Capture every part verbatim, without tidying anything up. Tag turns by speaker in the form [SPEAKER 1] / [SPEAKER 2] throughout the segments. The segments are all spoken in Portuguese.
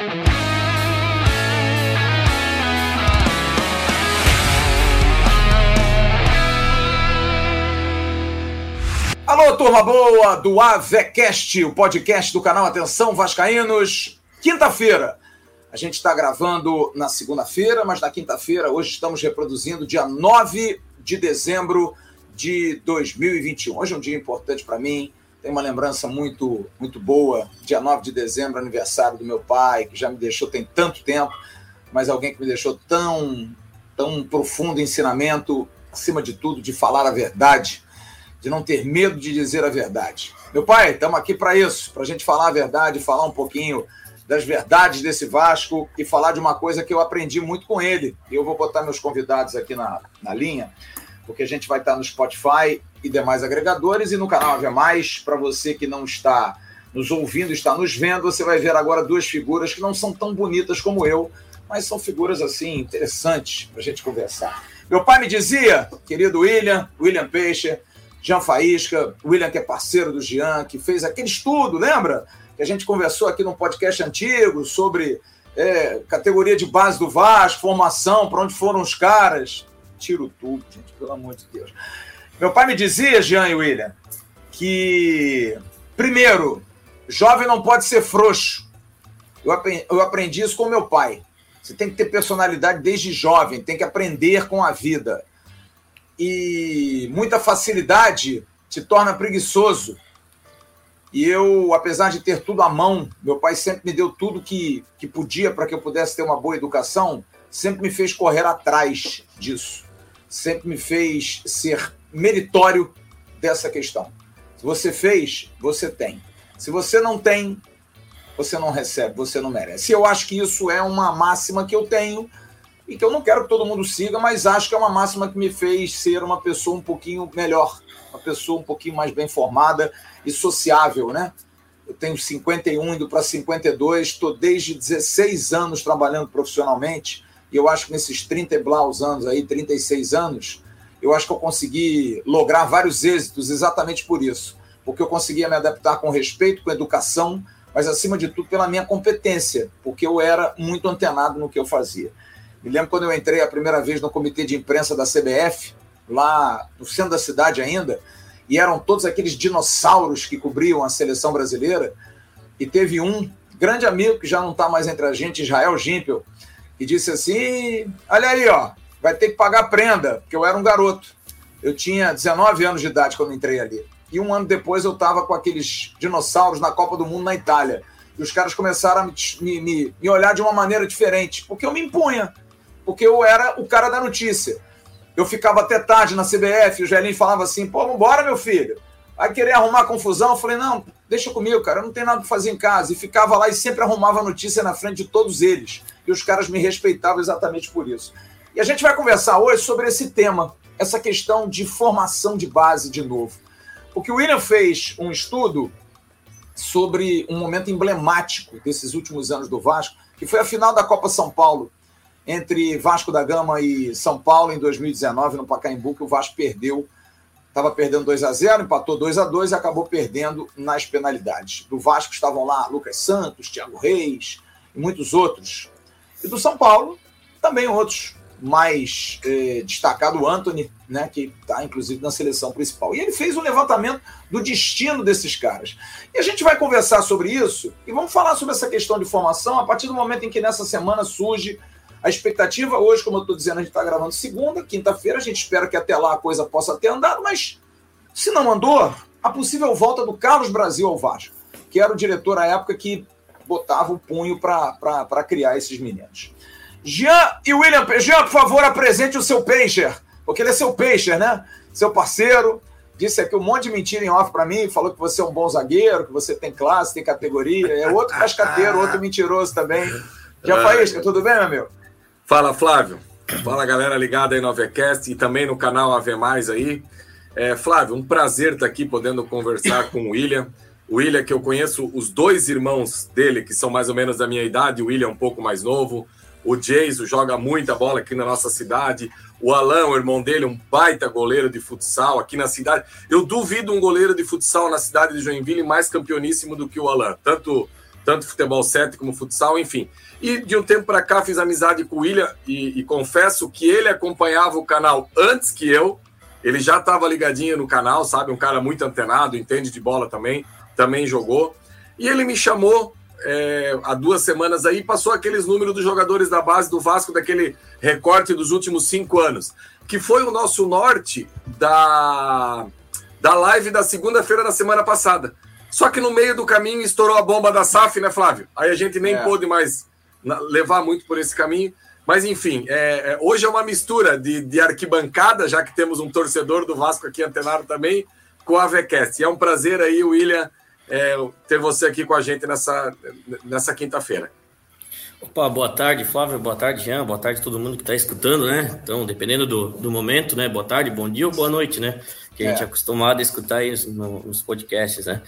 [SPEAKER 1] Alô, turma boa do AVEcast, o podcast do canal Atenção Vascaínos. Quinta-feira. A gente está gravando na segunda-feira, mas na quinta-feira, hoje estamos reproduzindo dia nove de dezembro de dois mil e vinte e um. Hoje é um dia importante para mim, tem uma lembrança muito, muito boa. Dia nove de dezembro, aniversário do meu pai, que já me deixou tem tanto tempo, mas alguém que me deixou tão, tão profundo ensinamento, acima de tudo, de falar a verdade, de não ter medo de dizer a verdade. Meu pai, estamos aqui para isso, para a gente falar a verdade, falar um pouquinho das verdades desse Vasco e falar de uma coisa que eu aprendi muito com ele. E eu vou botar meus convidados aqui na, na linha, porque a gente vai estar no Spotify e demais agregadores e no canal A V Mais. Para você que não está nos ouvindo, está nos vendo, você vai ver agora duas figuras que não são tão bonitas como eu, mas são figuras assim interessantes para a gente conversar. Meu pai me dizia, querido William, William Peixe, Jean Faísca, William que é parceiro do Jean, que fez aquele estudo, lembra? Que a gente conversou aqui num podcast antigo sobre é, categoria de base do Vasco, formação, para onde foram os caras. Tiro tudo, gente, pelo amor de Deus. Meu pai me dizia, Jean e William, que, primeiro, jovem não pode ser frouxo. Eu aprendi, eu aprendi isso com meu pai. Você tem que ter personalidade desde jovem, tem que aprender com a vida. E muita facilidade te torna preguiçoso. E eu, apesar de ter tudo à mão, meu pai sempre me deu tudo que, que podia para que eu pudesse ter uma boa educação, sempre me fez correr atrás disso. Sempre me fez ser meritório dessa questão. Se você fez, você tem. Se você não tem, você não recebe, você não merece. Eu acho que isso é uma máxima que eu tenho e que eu não quero que todo mundo siga, mas acho que é uma máxima que me fez ser uma pessoa um pouquinho melhor, uma pessoa um pouquinho mais bem formada e sociável, né? Eu tenho cinquenta e um, indo para cinquenta e dois, estou desde dezesseis anos trabalhando profissionalmente, e eu acho que nesses trinta e blaus anos aí, trinta e seis anos, eu acho que eu consegui lograr vários êxitos exatamente por isso, porque eu conseguia me adaptar com respeito, com educação, mas acima de tudo pela minha competência, porque eu era muito antenado no que eu fazia. Me lembro quando eu entrei a primeira vez no comitê de imprensa da C B F, lá no centro da cidade ainda, e eram todos aqueles dinossauros que cobriam a seleção brasileira, e teve um grande amigo que já não está mais entre a gente, Israel Gimpel, que disse assim, olha aí, ó, vai ter que pagar prenda, porque eu era um garoto. Eu tinha dezenove anos de idade quando entrei ali. E um ano depois eu estava com aqueles dinossauros na Copa do Mundo na Itália. E os caras começaram a me, me, me olhar de uma maneira diferente, porque eu me impunha. Porque eu era o cara da notícia. Eu ficava até tarde na C B F, o Gelinho falava assim, pô, vambora, meu filho. Vai querer arrumar confusão? Eu falei, não, deixa comigo, cara, eu não tenho nada para fazer em casa. E ficava lá e sempre arrumava notícia na frente de todos eles. E os caras me respeitavam exatamente por isso. E a gente vai conversar hoje sobre esse tema, essa questão de formação de base de novo. Porque o William fez um estudo sobre um momento emblemático desses últimos anos do Vasco, que foi a final da Copa São Paulo, entre Vasco da Gama e São Paulo em dois mil e dezenove, no Pacaembu, que o Vasco perdeu. Estava perdendo dois a zero, empatou dois a dois e acabou perdendo nas penalidades. Do Vasco estavam lá Lucas Santos, Thiago Reis e muitos outros. E do São Paulo, também outros. Mais eh, destacado o Antony, né, que está inclusive na seleção principal. E ele fez um levantamento do destino desses caras. E a gente vai conversar sobre isso e vamos falar sobre essa questão de formação a partir do momento em que nessa semana surge a expectativa. Hoje, como eu estou dizendo, a gente está gravando segunda, quinta-feira, a gente espera que até lá a coisa possa ter andado, mas se não andou, a possível volta do Carlos Brasil ao Vasco, que era o diretor à época que botava o punho para criar esses meninos. Jean e William, Jean, por favor, apresente o seu Peixer, porque ele é seu Peixer, né? Seu parceiro, disse aqui um monte de mentira em off para mim, falou que você é um bom zagueiro, que você tem classe, tem categoria, é outro cascateiro, outro mentiroso também. Jean Faísca, tudo bem, meu amigo?
[SPEAKER 2] Fala, Flávio. Fala, galera ligada aí no AVEcast e também no canal A V Mais aí. É, Flávio, um prazer estar aqui podendo conversar com o William. O William, que eu conheço os dois irmãos dele, que são mais ou menos da minha idade, o William é um pouco mais novo. O Jason joga muita bola aqui na nossa cidade. O Alan, o irmão dele, um baita goleiro de futsal aqui na cidade. Eu duvido um goleiro de futsal na cidade de Joinville mais campeoníssimo do que o Alan. Tanto tanto futebol sete como futsal, enfim. E de um tempo para cá fiz amizade com o William e, e confesso que ele acompanhava o canal antes que eu. Ele já estava ligadinho no canal, sabe? Um cara muito antenado, entende de bola também, também jogou. E ele me chamou é, há duas semanas aí, passou aqueles números dos jogadores da base do Vasco, daquele recorte dos últimos cinco anos, que foi o nosso norte da, da live da segunda-feira da semana passada. Só que no meio do caminho estourou a bomba da S A F, né, Flávio? Aí a gente nem é. pôde mais levar muito por esse caminho. Mas, enfim, é, é, hoje é uma mistura de, de arquibancada, já que temos um torcedor do Vasco aqui antenado também, com a AveCast. E é um prazer aí, William, é, ter você aqui com a gente nessa, nessa quinta-feira.
[SPEAKER 3] Opa, boa tarde, Flávio, boa tarde, Jean, boa tarde a todo mundo que está escutando, né? Então, dependendo do, do momento, né? Boa tarde, bom dia ou boa noite, né? Que a gente é acostumado a escutar aí no, nos podcasts, né?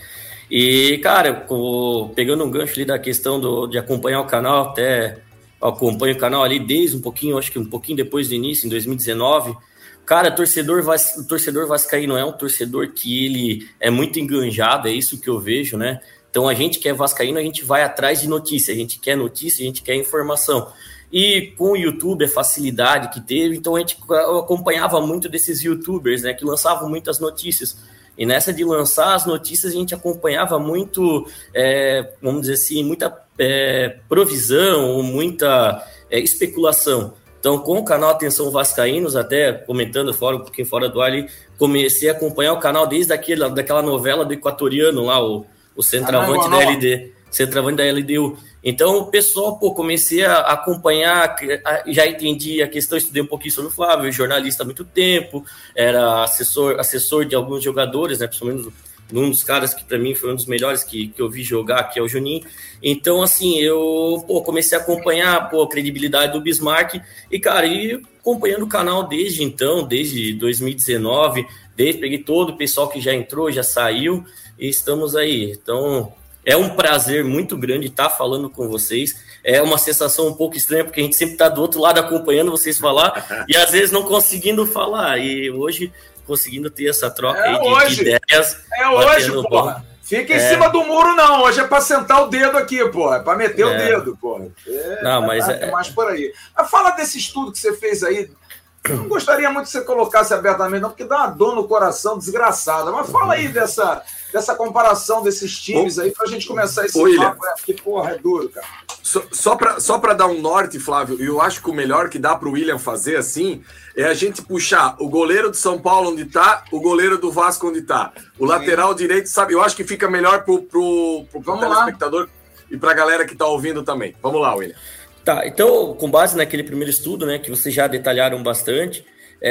[SPEAKER 3] E, cara, o, pegando um gancho ali da questão do, de acompanhar o canal, até acompanho o canal ali desde um pouquinho, acho que um pouquinho depois do início, em dois mil e dezenove. Cara, torcedor, vas, torcedor vascaíno é um torcedor que ele é muito enganjado, é isso que eu vejo, né? Então, a gente que é vascaíno, a gente vai atrás de notícia, a gente quer notícia, a gente quer informação. E com o YouTube, a facilidade que teve, então a gente acompanhava muito desses youtubers, né, que lançavam muitas notícias. E nessa de lançar as notícias, a gente acompanhava muito, é, vamos dizer assim, muita é, provisão, muita é, especulação. Então, com o canal Atenção Vascaínos, até comentando fora, um pouquinho fora do ar, ali, comecei a acompanhar o canal desde aquele, daquela novela do equatoriano lá, o, o centroavante da L D, centroavante da L D U. Então, o pessoal, pô, comecei a acompanhar, já entendi a questão, estudei um pouquinho sobre o Flávio, jornalista há muito tempo, era assessor, assessor de alguns jogadores, né, principalmente um dos caras que para mim foi um dos melhores que, que eu vi jogar, que é o Juninho. Então, assim, eu pô, comecei a acompanhar pô, a credibilidade do Bismarck e, cara, e acompanhando o canal desde então, desde dois mil e dezenove, desde, peguei todo o pessoal que já entrou, já saiu e estamos aí. Então, é um prazer muito grande estar falando com vocês. É uma sensação um pouco estranha, porque a gente sempre está do outro lado acompanhando vocês falar e às vezes não conseguindo falar. E hoje, conseguindo ter essa troca
[SPEAKER 1] é
[SPEAKER 3] aí de,
[SPEAKER 1] hoje.
[SPEAKER 3] de ideias.
[SPEAKER 1] É hoje, porra. Fica em é. cima do muro, não. Hoje é para sentar o dedo aqui, porra. É para meter é. o dedo, porra. É,
[SPEAKER 3] não, mas
[SPEAKER 1] é, é mais por aí. Mas fala desse estudo que você fez aí. Eu não gostaria muito que você colocasse abertamente, não, porque dá uma dor no coração desgraçada. Mas fala aí dessa, dessa comparação desses times aí, pra gente começar esse
[SPEAKER 2] Oi,
[SPEAKER 1] papo, é, porque, porra, é duro, cara.
[SPEAKER 2] Só, só para só pra dar um norte, Flávio, e eu acho que o melhor que dá pro William fazer assim é a gente puxar o goleiro do São Paulo onde tá, o goleiro do Vasco onde tá. O Sim. lateral direito, sabe? Eu acho que fica melhor pro, pro, pro, pro telespectador lá. E pra galera que tá ouvindo também. Vamos lá, William.
[SPEAKER 3] Tá, então, com base naquele primeiro estudo, né, que vocês já detalharam bastante,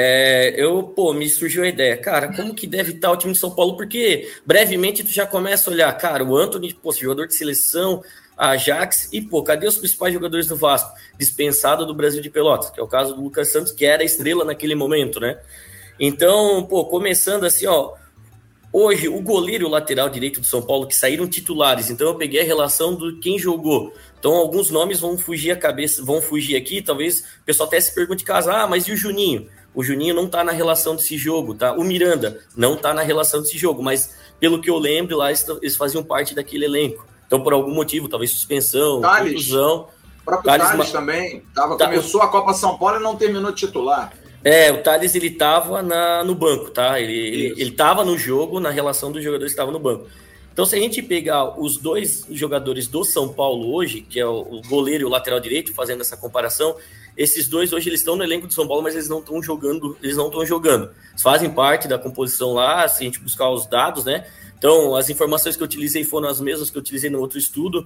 [SPEAKER 3] é, eu, pô, me surgiu a ideia, cara, como que deve estar o time de São Paulo? Porque brevemente tu já começa a olhar, cara, o Antony, pô, jogador de seleção, a Ajax, e, pô, cadê os principais jogadores do Vasco? Dispensado do Brasil de Pelotas, que é o caso do Lucas Santos, que era a estrela naquele momento, né? Então, pô, começando assim, ó, hoje, o goleiro e o lateral direito do São Paulo que saíram titulares, então eu peguei a relação do quem jogou. Então, alguns nomes vão fugir a cabeça, vão fugir aqui, talvez o pessoal até se pergunte em casa, ah, mas e o Juninho? O Juninho não tá na relação desse jogo, tá? O Miranda não tá na relação desse jogo, mas pelo que eu lembro, lá eles faziam parte daquele elenco. Então, por algum motivo, talvez suspensão, conclusão.
[SPEAKER 1] O próprio Thales, Thales também tava, tá, começou a Copa São Paulo e não terminou titular.
[SPEAKER 3] É, o Thales, ele tava na, no banco, tá? Ele, ele, ele tava no jogo, na relação dos jogadores que estavam no banco. Então, se a gente pegar os dois jogadores do São Paulo hoje, que é o goleiro e o lateral direito, fazendo essa comparação, esses dois hoje eles estão no elenco do São Paulo, mas eles não estão jogando, eles não estão jogando. Eles fazem parte da composição lá, se a gente buscar os dados, né? Então, as informações que eu utilizei foram as mesmas que eu utilizei no outro estudo,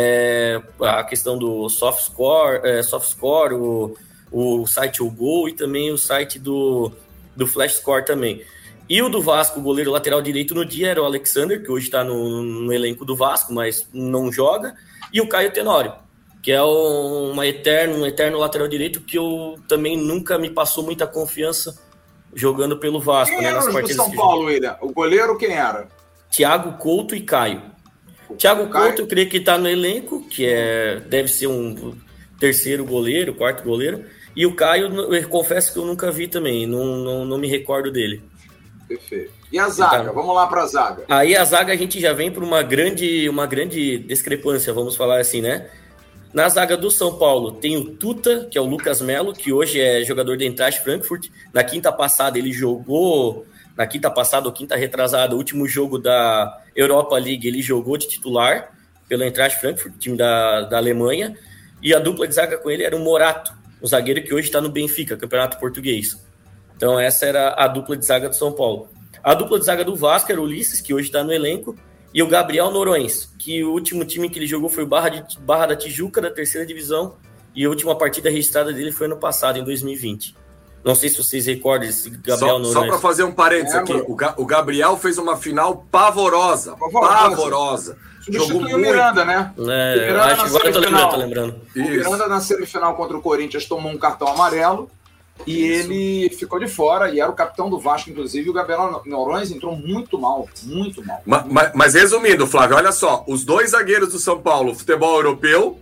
[SPEAKER 3] é, a questão do soft score, é, soft score, o, o site O Gol e também o site do, do Flash Score também. E o do Vasco, o goleiro lateral direito no dia era o Alexander, que hoje está no, no elenco do Vasco, mas não joga, e o Caio Tenório, que é um, uma eterno, um eterno lateral direito que eu também nunca me passou muita confiança jogando pelo Vasco.
[SPEAKER 1] Quem
[SPEAKER 3] né,
[SPEAKER 1] era
[SPEAKER 3] nas
[SPEAKER 1] os
[SPEAKER 3] partidas
[SPEAKER 1] do São Paulo, William? O goleiro quem era?
[SPEAKER 3] Thiago Couto e Caio. O Thiago Caio? Couto, eu creio que está no elenco, que é, deve ser um terceiro goleiro, quarto goleiro, e o Caio, eu confesso que eu nunca vi também, não, não, não me recordo dele.
[SPEAKER 1] Perfeito. E a zaga? Então, vamos lá para a zaga.
[SPEAKER 3] Aí a zaga a gente já vem para uma grande, uma grande discrepância, vamos falar assim, né? Na zaga do São Paulo tem o Tuta, que é o Lucas Melo, que hoje é jogador do Eintracht Frankfurt. Na quinta passada ele jogou, na quinta passada ou quinta retrasada, o último jogo da Europa League, ele jogou de titular pelo Eintracht Frankfurt, time da, da Alemanha. E a dupla de zaga com ele era o Morato, o zagueiro que hoje está no Benfica, campeonato português. Então essa era a dupla de zaga do São Paulo. A dupla de zaga do Vasco era o Ulisses, que hoje está no elenco, e o Gabriel Noronha, que o último time que ele jogou foi o Barra, de, Barra da Tijuca, da terceira divisão, e a última partida registrada dele foi ano passado, em dois mil e vinte. Não sei se vocês recordam esse Gabriel
[SPEAKER 2] só,
[SPEAKER 3] Noronha.
[SPEAKER 2] Só para fazer um parênteses é, aqui, o, Ga, o Gabriel fez uma final pavorosa, pavorosa. pavorosa.
[SPEAKER 1] Substituiu o Miranda, né?
[SPEAKER 3] É, Miranda acho que agora eu tô lembrando, tô lembrando.
[SPEAKER 1] O Miranda na semifinal contra o Corinthians tomou um cartão amarelo, e Isso. ele ficou de fora, e era o capitão do Vasco, inclusive, e o Gabriel Noronha entrou muito mal, muito mal.
[SPEAKER 2] Mas, mas, mas resumindo, Flávio, olha só, os dois zagueiros do São Paulo, futebol europeu,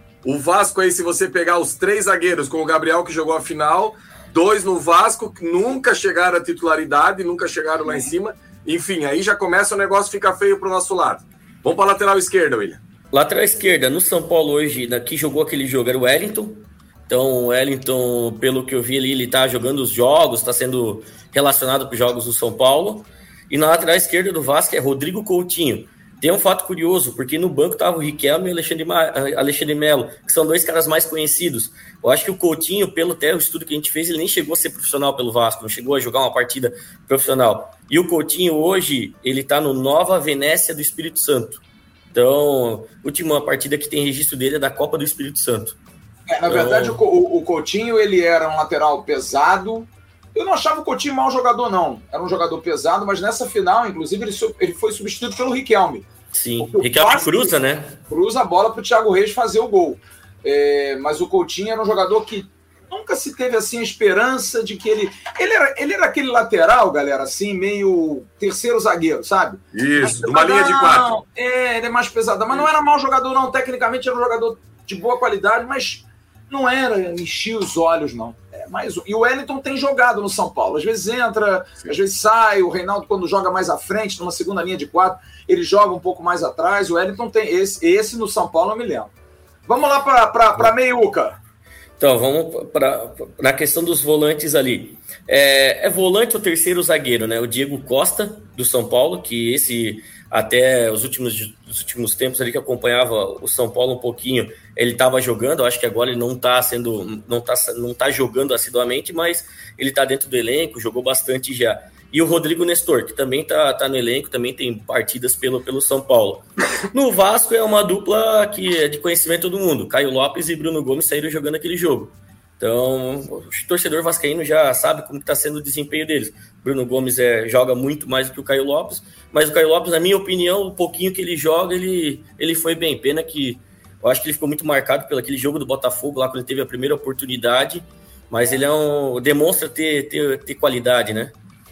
[SPEAKER 2] o Vasco aí, se você pegar os três zagueiros com o Gabriel que jogou a final, dois no Vasco, que nunca chegaram à titularidade, nunca chegaram lá em cima, enfim, aí já começa o negócio ficar feio pro nosso lado. Vamos para a lateral esquerda, William.
[SPEAKER 3] Lateral esquerda, no São Paulo hoje, que jogou aquele jogo era o Wellington. Então, o Wellington, pelo que eu vi ali, ele tá jogando os jogos, está sendo relacionado com os jogos do São Paulo. E na lateral esquerda do Vasco é Rodrigo Coutinho. Tem um fato curioso, porque no banco tava o Riquelme e o Alexandre, Ma... Alexandre Melo, que são dois caras mais conhecidos. Eu acho que o Coutinho, pelo até o estudo que a gente fez, ele nem chegou a ser profissional pelo Vasco, não chegou a jogar uma partida profissional. E o Coutinho hoje, ele tá no Nova Venécia do Espírito Santo. Então, a última partida que tem registro dele é da Copa do Espírito Santo.
[SPEAKER 1] É, na verdade, então... o, o Coutinho, ele era um lateral pesado. Eu não achava o Coutinho mau jogador, não. Era um jogador pesado, mas nessa final, inclusive, ele, ele foi substituído pelo Riquelme.
[SPEAKER 3] Sim, o Riquelme cruza, né?
[SPEAKER 1] Cruza a bola para o Thiago Reis fazer o gol. É, mas o Coutinho era um jogador que nunca se teve, assim, a esperança de que ele... Ele era, ele era aquele lateral, galera, assim, meio terceiro zagueiro, sabe?
[SPEAKER 2] Isso, uma linha de quatro.
[SPEAKER 1] É, ele é mais pesado. Mas não era mau jogador, não. Tecnicamente era um jogador de boa qualidade, mas... não era encher os olhos, não. É mais um. E o Wellington tem jogado no São Paulo. Às vezes entra, Sim. às vezes sai. O Reinaldo, quando joga mais à frente, numa segunda linha de quatro, ele joga um pouco mais atrás. O Wellington tem esse, esse no São Paulo, eu me lembro. Vamos lá para a meiuca.
[SPEAKER 3] Então, vamos para a questão dos volantes ali. É, é volante o terceiro zagueiro, né? O Diego Costa, do São Paulo, que esse... até os últimos, os últimos tempos ali que acompanhava o São Paulo um pouquinho, ele estava jogando, eu acho que agora ele não está sendo, não tá, não tá jogando assiduamente, mas ele está dentro do elenco, jogou bastante já. E o Rodrigo Nestor, que também está tá no elenco, também tem partidas pelo, pelo São Paulo. No Vasco é uma dupla que é de conhecimento do mundo, Caio Lopes e Bruno Gomes saíram jogando aquele jogo. Então, o torcedor vascaíno já sabe como está sendo o desempenho deles. Bruno Gomes é, joga muito mais do que o Caio Lopes, mas o Caio Lopes, na minha opinião, o pouquinho que ele joga, ele, ele foi bem. Pena que eu acho que ele ficou muito marcado pelo aquele jogo do Botafogo, lá quando ele teve a primeira oportunidade, mas ele é um, demonstra ter, ter, ter qualidade, né?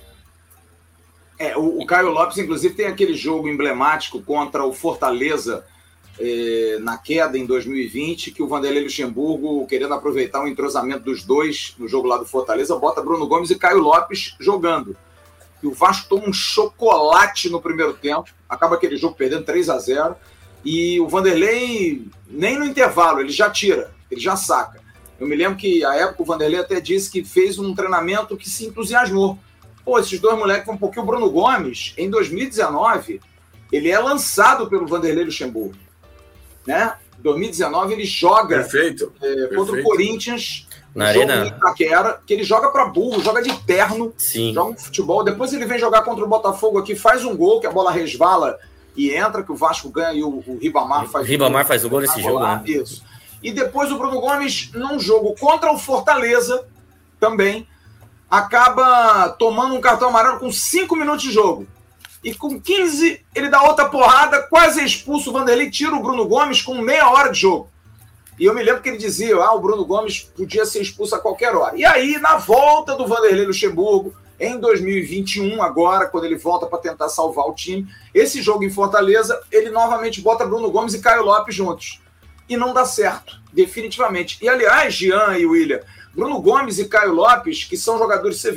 [SPEAKER 1] É, o, o Caio Lopes, inclusive, tem aquele jogo emblemático contra o Fortaleza, É, na queda em dois mil e vinte, que o Vanderlei Luxemburgo, querendo aproveitar o entrosamento dos dois no jogo lá do Fortaleza, bota Bruno Gomes e Caio Lopes jogando. E o Vasco toma um chocolate no primeiro tempo, acaba aquele jogo perdendo três a zero, e o Vanderlei, nem no intervalo, ele já tira, ele já saca. Eu me lembro que, à época, o Vanderlei até disse que fez um treinamento que se entusiasmou. Pô, esses dois moleques, um pouquinho. O Bruno Gomes, em dois mil e dezenove, ele é lançado pelo Vanderlei Luxemburgo. Né? Em dois mil e dezenove ele joga
[SPEAKER 2] Perfeito.
[SPEAKER 1] É, contra
[SPEAKER 2] Perfeito.
[SPEAKER 1] o Corinthians
[SPEAKER 3] na arena
[SPEAKER 1] Itaquera, que ele joga para burro, joga de terno,
[SPEAKER 3] Sim.
[SPEAKER 1] joga um futebol, depois ele vem jogar contra o Botafogo aqui, faz um gol, que a bola resvala e entra, que o Vasco ganha e o, o Ribamar faz
[SPEAKER 3] o Ribamar faz o gol nesse jogo, né?
[SPEAKER 1] Isso. E depois o Bruno Gomes, num jogo contra o Fortaleza também, acaba tomando um cartão amarelo com cinco minutos de jogo. E com quinze, ele dá outra porrada, quase expulso o Vanderlei, tira o Bruno Gomes com meia hora de jogo. E eu me lembro que ele dizia, ah, o Bruno Gomes podia ser expulso a qualquer hora. E aí, na volta do Vanderlei Luxemburgo, em dois mil e vinte e um, agora, quando ele volta para tentar salvar o time, esse jogo em Fortaleza, ele novamente bota Bruno Gomes e Caio Lopes juntos. E não dá certo, definitivamente. E, aliás, Jean e William, Bruno Gomes e Caio Lopes, que são jogadores, você vê,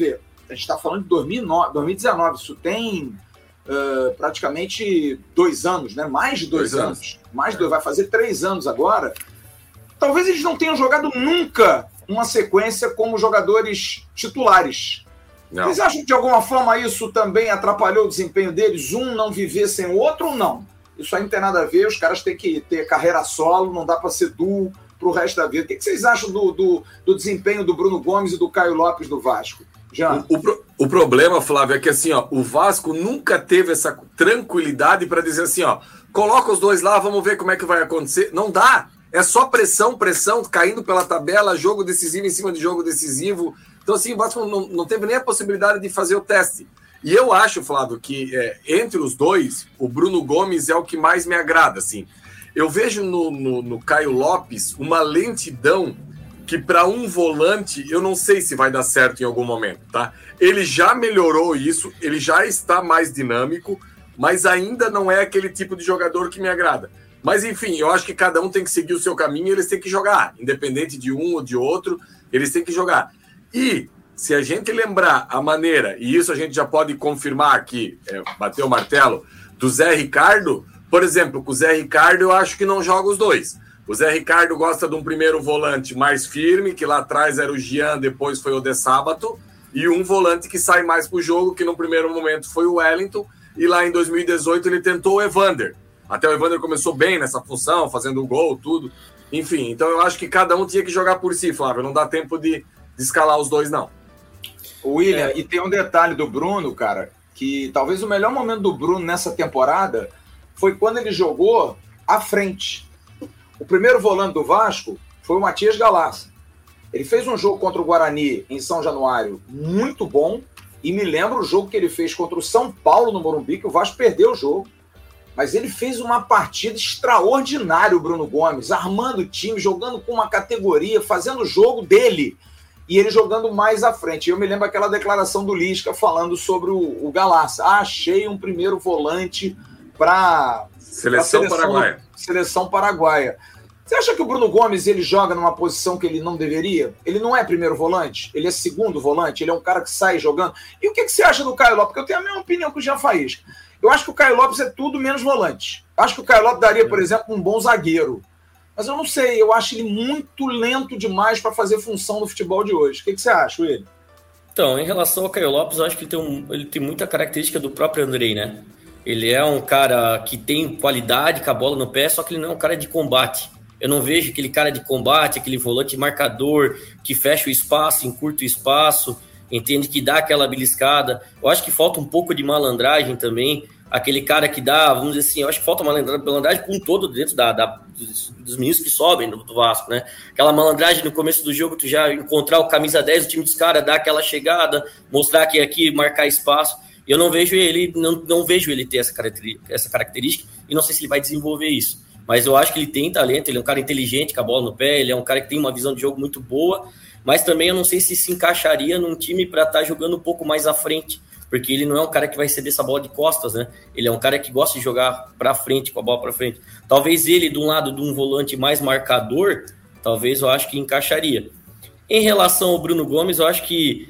[SPEAKER 1] a gente está falando de dois mil e nove, dois mil e dezenove, isso tem uh, praticamente dois anos, né? Mais de dois, dois anos. anos. Mais de dois, vai fazer três anos agora. Talvez eles não tenham jogado nunca uma sequência como jogadores titulares. Não. Vocês acham que de alguma forma isso também atrapalhou o desempenho deles? Um não viver sem o outro ou não? Isso aí não tem nada a ver, os caras têm que ter carreira solo, não dá para ser duo para o resto da vida. O que vocês acham do, do, do desempenho do Bruno Gomes e do Caio Lopes do Vasco? Já.
[SPEAKER 2] O, o, o problema, Flávio, é que assim, ó, o Vasco nunca teve essa tranquilidade para dizer assim, ó, coloca os dois lá, vamos ver como é que vai acontecer. Não dá. É só pressão, pressão, caindo pela tabela, jogo decisivo em cima de jogo decisivo. Então, assim, o Vasco não, não teve nem a possibilidade de fazer o teste. E eu acho, Flávio, que é, entre os dois, o Bruno Gomes é o que mais me agrada, assim. Eu vejo no, no, no Caio Lopes uma lentidão que para um volante, eu não sei se vai dar certo em algum momento, tá? Ele já melhorou isso, ele já está mais dinâmico, mas ainda não é aquele tipo de jogador que me agrada. Mas, enfim, eu acho que cada um tem que seguir o seu caminho e eles têm que jogar. Independente de um ou de outro, eles têm que jogar. E se a gente lembrar a maneira, e isso a gente já pode confirmar aqui, é, bater o martelo, do Zé Ricardo, por exemplo, com o Zé Ricardo eu acho que não joga os dois. O Zé Ricardo gosta de um primeiro volante mais firme, que lá atrás era o Jean, depois foi o De Sábato, e um volante que sai mais pro jogo, que no primeiro momento foi o Wellington, e lá em dois mil e dezoito ele tentou o Evander. Até o Evander começou bem nessa função, fazendo o gol, tudo. Enfim, então eu acho que cada um tinha que jogar por si, Flávio. Não dá tempo de, de escalar os dois, não.
[SPEAKER 1] William, é. E tem um detalhe do Bruno, cara, que talvez o melhor momento do Bruno nessa temporada foi quando ele jogou à frente. O primeiro volante do Vasco foi o Matias Galassa. Ele fez um jogo contra o Guarani em São Januário muito bom, e me lembro o jogo que ele fez contra o São Paulo no Morumbi, que o Vasco perdeu o jogo. Mas ele fez uma partida extraordinária, o Bruno Gomes, armando o time, jogando com uma categoria, fazendo o jogo dele, e ele jogando mais à frente. Eu me lembro aquela declaração do Lisca falando sobre o, o Galassa. Ah, achei um primeiro volante para
[SPEAKER 2] seleção, seleção paraguaia.
[SPEAKER 1] Seleção paraguaia. Você acha que o Bruno Gomes ele joga numa posição que ele não deveria? Ele não é primeiro volante? Ele é segundo volante? Ele é um cara que sai jogando? E o que, que você acha do Caio Lopes? Porque eu tenho a mesma opinião que o Jean Faísca. Eu acho que o Caio Lopes é tudo menos volante. Eu acho que o Caio Lopes daria, por exemplo, um bom zagueiro. Mas eu não sei, eu acho ele muito lento demais para fazer função no futebol de hoje. O que, que você acha, William?
[SPEAKER 3] Então, em relação ao Caio Lopes, eu acho que ele tem, um, ele tem muita característica do próprio Andrei, né? Ele é um cara que tem qualidade com a bola no pé, só que ele não é um cara de combate. Eu não vejo aquele cara de combate, aquele volante marcador, que fecha o espaço, encurta o espaço, entende, que dá aquela beliscada. Eu acho que falta um pouco de malandragem também, aquele cara que dá, vamos dizer assim, eu acho que falta malandragem com todo dentro da, da, dos, dos meninos que sobem do, do Vasco, né? Aquela malandragem no começo do jogo, tu já encontrar o camisa dez do time dos caras, dar aquela chegada, mostrar que aqui, marcar espaço. Eu não vejo ele, não, não vejo ele ter essa característica, essa característica, e não sei se ele vai desenvolver isso. Mas eu acho que ele tem talento, ele é um cara inteligente com a bola no pé, ele é um cara que tem uma visão de jogo muito boa, mas também eu não sei se se encaixaria num time para estar tá jogando um pouco mais à frente, porque ele não é um cara que vai ceder essa bola de costas, né? Ele é um cara que gosta de jogar para frente, com a bola para frente. Talvez ele, de um lado de um volante mais marcador, talvez eu acho que encaixaria. Em relação ao Bruno Gomes, eu acho que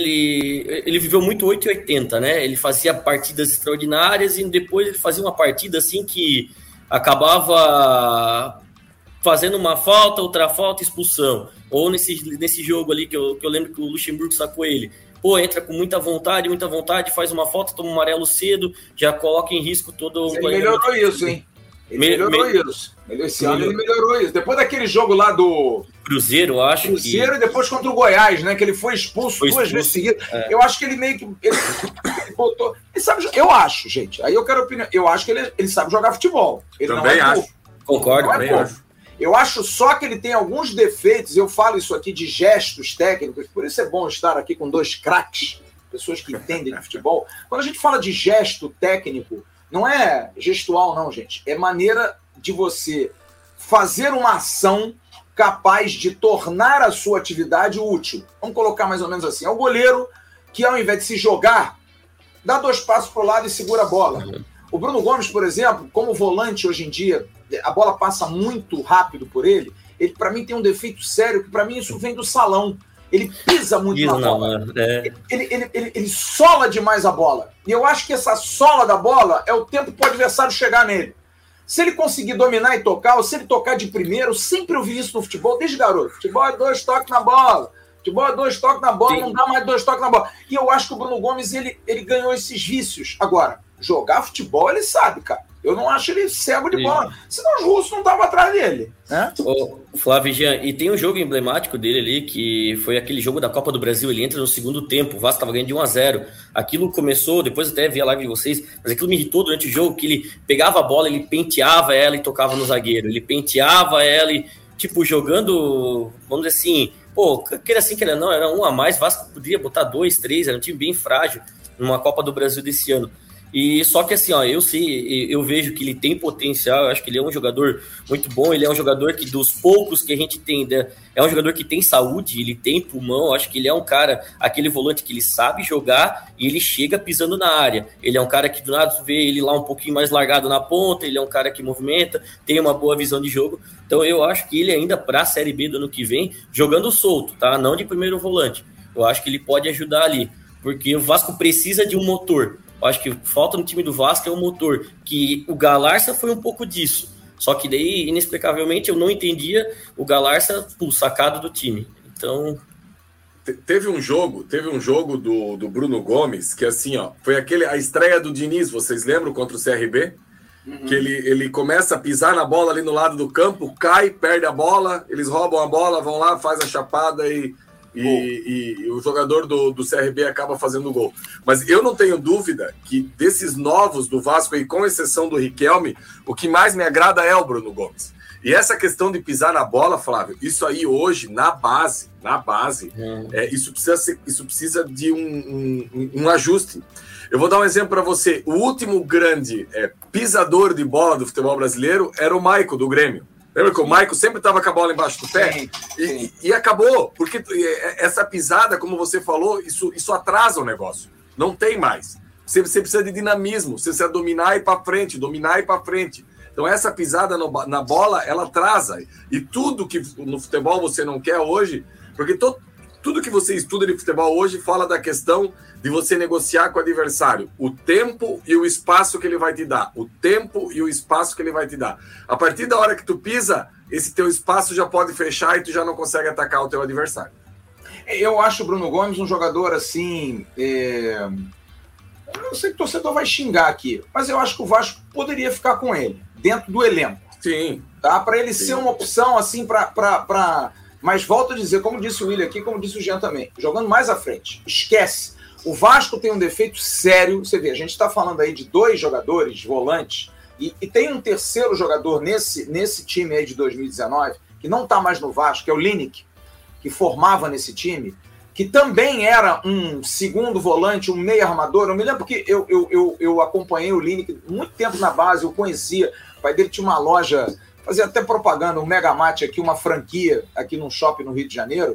[SPEAKER 3] ele, ele viveu muito oito e oitenta, né? Ele fazia partidas extraordinárias e depois ele fazia uma partida assim que acabava fazendo uma falta, outra falta, expulsão. Ou nesse, nesse jogo ali que eu, que eu lembro que o Luxemburgo sacou ele. Pô, entra com muita vontade, muita vontade, faz uma falta, toma um amarelo cedo, já coloca em risco todo o...
[SPEAKER 1] Ele melhorou isso, hein? Ele me, melhorou me, isso. Esse ano ele melhorou isso. Depois daquele jogo lá do...
[SPEAKER 3] Cruzeiro, eu acho
[SPEAKER 1] Cruzeiro que... e depois contra o Goiás, né? Que ele foi expulso foi duas expulso. vezes seguidas. É. Eu acho que ele meio que... Ele, ele botou... Ele sabe... Eu acho, gente. Aí eu quero opinião. Eu acho que ele, ele sabe jogar futebol. Ele
[SPEAKER 2] também
[SPEAKER 1] não é
[SPEAKER 2] acho.
[SPEAKER 3] Concordo,
[SPEAKER 1] não
[SPEAKER 3] também
[SPEAKER 1] é
[SPEAKER 3] acho.
[SPEAKER 1] Eu acho só que ele tem alguns defeitos. Eu falo isso aqui de gestos técnicos. Por isso é bom estar aqui com dois craques, pessoas que entendem de futebol. Quando a gente fala de gesto técnico, não é gestual, não, gente. É maneira de você fazer uma ação capaz de tornar a sua atividade útil. Vamos colocar mais ou menos assim. É o goleiro que, ao invés de se jogar, dá dois passos para o lado e segura a bola. O Bruno Gomes, por exemplo, como volante hoje em dia, a bola passa muito rápido por ele. Ele, para mim, tem um defeito sério, que para mim isso vem do salão. Ele pisa muito
[SPEAKER 3] Pisa
[SPEAKER 1] na bola.
[SPEAKER 3] Não, é.
[SPEAKER 1] ele, ele, ele, ele sola demais a bola. E eu acho que essa sola da bola é o tempo para o adversário chegar nele. Se ele conseguir dominar e tocar, ou se ele tocar de primeiro, eu sempre ouvi isso no futebol, desde garoto. Futebol é dois toques na bola. Futebol é dois toques na bola, Sim. não dá mais dois toques na bola. E eu acho que o Bruno Gomes, ele, ele ganhou esses vícios. Agora, jogar futebol, ele sabe, cara. Eu não acho ele cego de Sim. bola. Senão os russos não estavam atrás dele. Né?
[SPEAKER 3] Ô, Flávio Jean, e tem um jogo emblemático dele ali, que foi aquele jogo da Copa do Brasil. Ele entra no segundo tempo, o Vasco estava ganhando de um a zero. Aquilo começou, depois até vi a live de vocês, mas aquilo me irritou durante o jogo, que ele pegava a bola, ele penteava ela e tocava no zagueiro. Ele penteava ela e, tipo, jogando, vamos dizer assim, pô, queira assim, queira não, era um a mais, o Vasco podia botar dois, três, era um time bem frágil numa Copa do Brasil desse ano. E só que assim, ó, eu sei, eu vejo que ele tem potencial, eu acho que ele é um jogador muito bom, ele é um jogador que dos poucos que a gente tem, né, é um jogador que tem saúde, ele tem pulmão, eu acho que ele é um cara, aquele volante que ele sabe jogar e ele chega pisando na área. Ele é um cara que do nada tu vê ele lá um pouquinho mais largado na ponta, ele é um cara que movimenta, tem uma boa visão de jogo. Então eu acho que ele ainda para a Série B do ano que vem, jogando solto, tá? Não de primeiro volante. Eu acho que ele pode ajudar ali, porque o Vasco precisa de um motor. Eu acho que falta no time do Vasco é um motor, que o Galarça foi um pouco disso. Só que daí, inexplicavelmente, eu não entendia o Galarça pô, sacado do time. Então...
[SPEAKER 2] Te, teve um jogo, teve um jogo do, do Bruno Gomes, que assim, ó, foi aquele, a estreia do Diniz, vocês lembram, contra o C R B? Uhum. Que ele, ele começa a pisar na bola ali no lado do campo, cai, perde a bola, eles roubam a bola, vão lá, faz a chapada e... E, e, e o jogador do, do C R B acaba fazendo o gol. Mas eu não tenho dúvida que desses novos do Vasco, aí, com exceção do Riquelme, o que mais me agrada é o Bruno Gomes. E essa questão de pisar na bola, Flávio, isso aí hoje, na base, na base, hum. é, isso, precisa ser, isso precisa de um, um, um ajuste. Eu vou dar um exemplo para você. O último grande é, pisador de bola do futebol brasileiro era o Maico, do Grêmio. Lembra que o Maico sempre estava com a bola embaixo do pé? Sim, sim. E, e acabou, porque essa pisada, como você falou, isso, isso atrasa o negócio. Não tem mais. Você, você precisa de dinamismo, você precisa dominar e ir para frente, dominar e ir para frente. Então essa pisada no, na bola, ela atrasa. E tudo que no futebol você não quer hoje, porque to, tudo que você estuda de futebol hoje fala da questão de você negociar com o adversário o tempo e o espaço que ele vai te dar. O tempo e o espaço que ele vai te dar. A partir da hora que tu pisa, esse teu espaço já pode fechar e tu já não consegue atacar o teu adversário.
[SPEAKER 1] Eu acho o Bruno Gomes um jogador assim... É... Eu não sei que o torcedor vai xingar aqui, mas eu acho que o Vasco poderia ficar com ele, dentro do elenco.
[SPEAKER 2] Sim.
[SPEAKER 1] Tá? Para ele
[SPEAKER 2] Sim.
[SPEAKER 1] ser uma opção assim para... Pra... Mas volto a dizer, como disse o William aqui, como disse o Jean também, jogando mais à frente. Esquece. O Vasco tem um defeito sério. Você vê, a gente está falando aí de dois jogadores, volantes, e, e tem um terceiro jogador nesse, nesse time aí de dois mil e dezenove, que não está mais no Vasco, que é o Lineker, que formava nesse time, que também era um segundo volante, um meio armador. Eu me lembro porque eu, eu, eu, eu acompanhei o Lineker muito tempo na base, eu conhecia. O pai dele tinha uma loja, fazia até propaganda, um Megamate aqui, uma franquia aqui num shopping no Rio de Janeiro,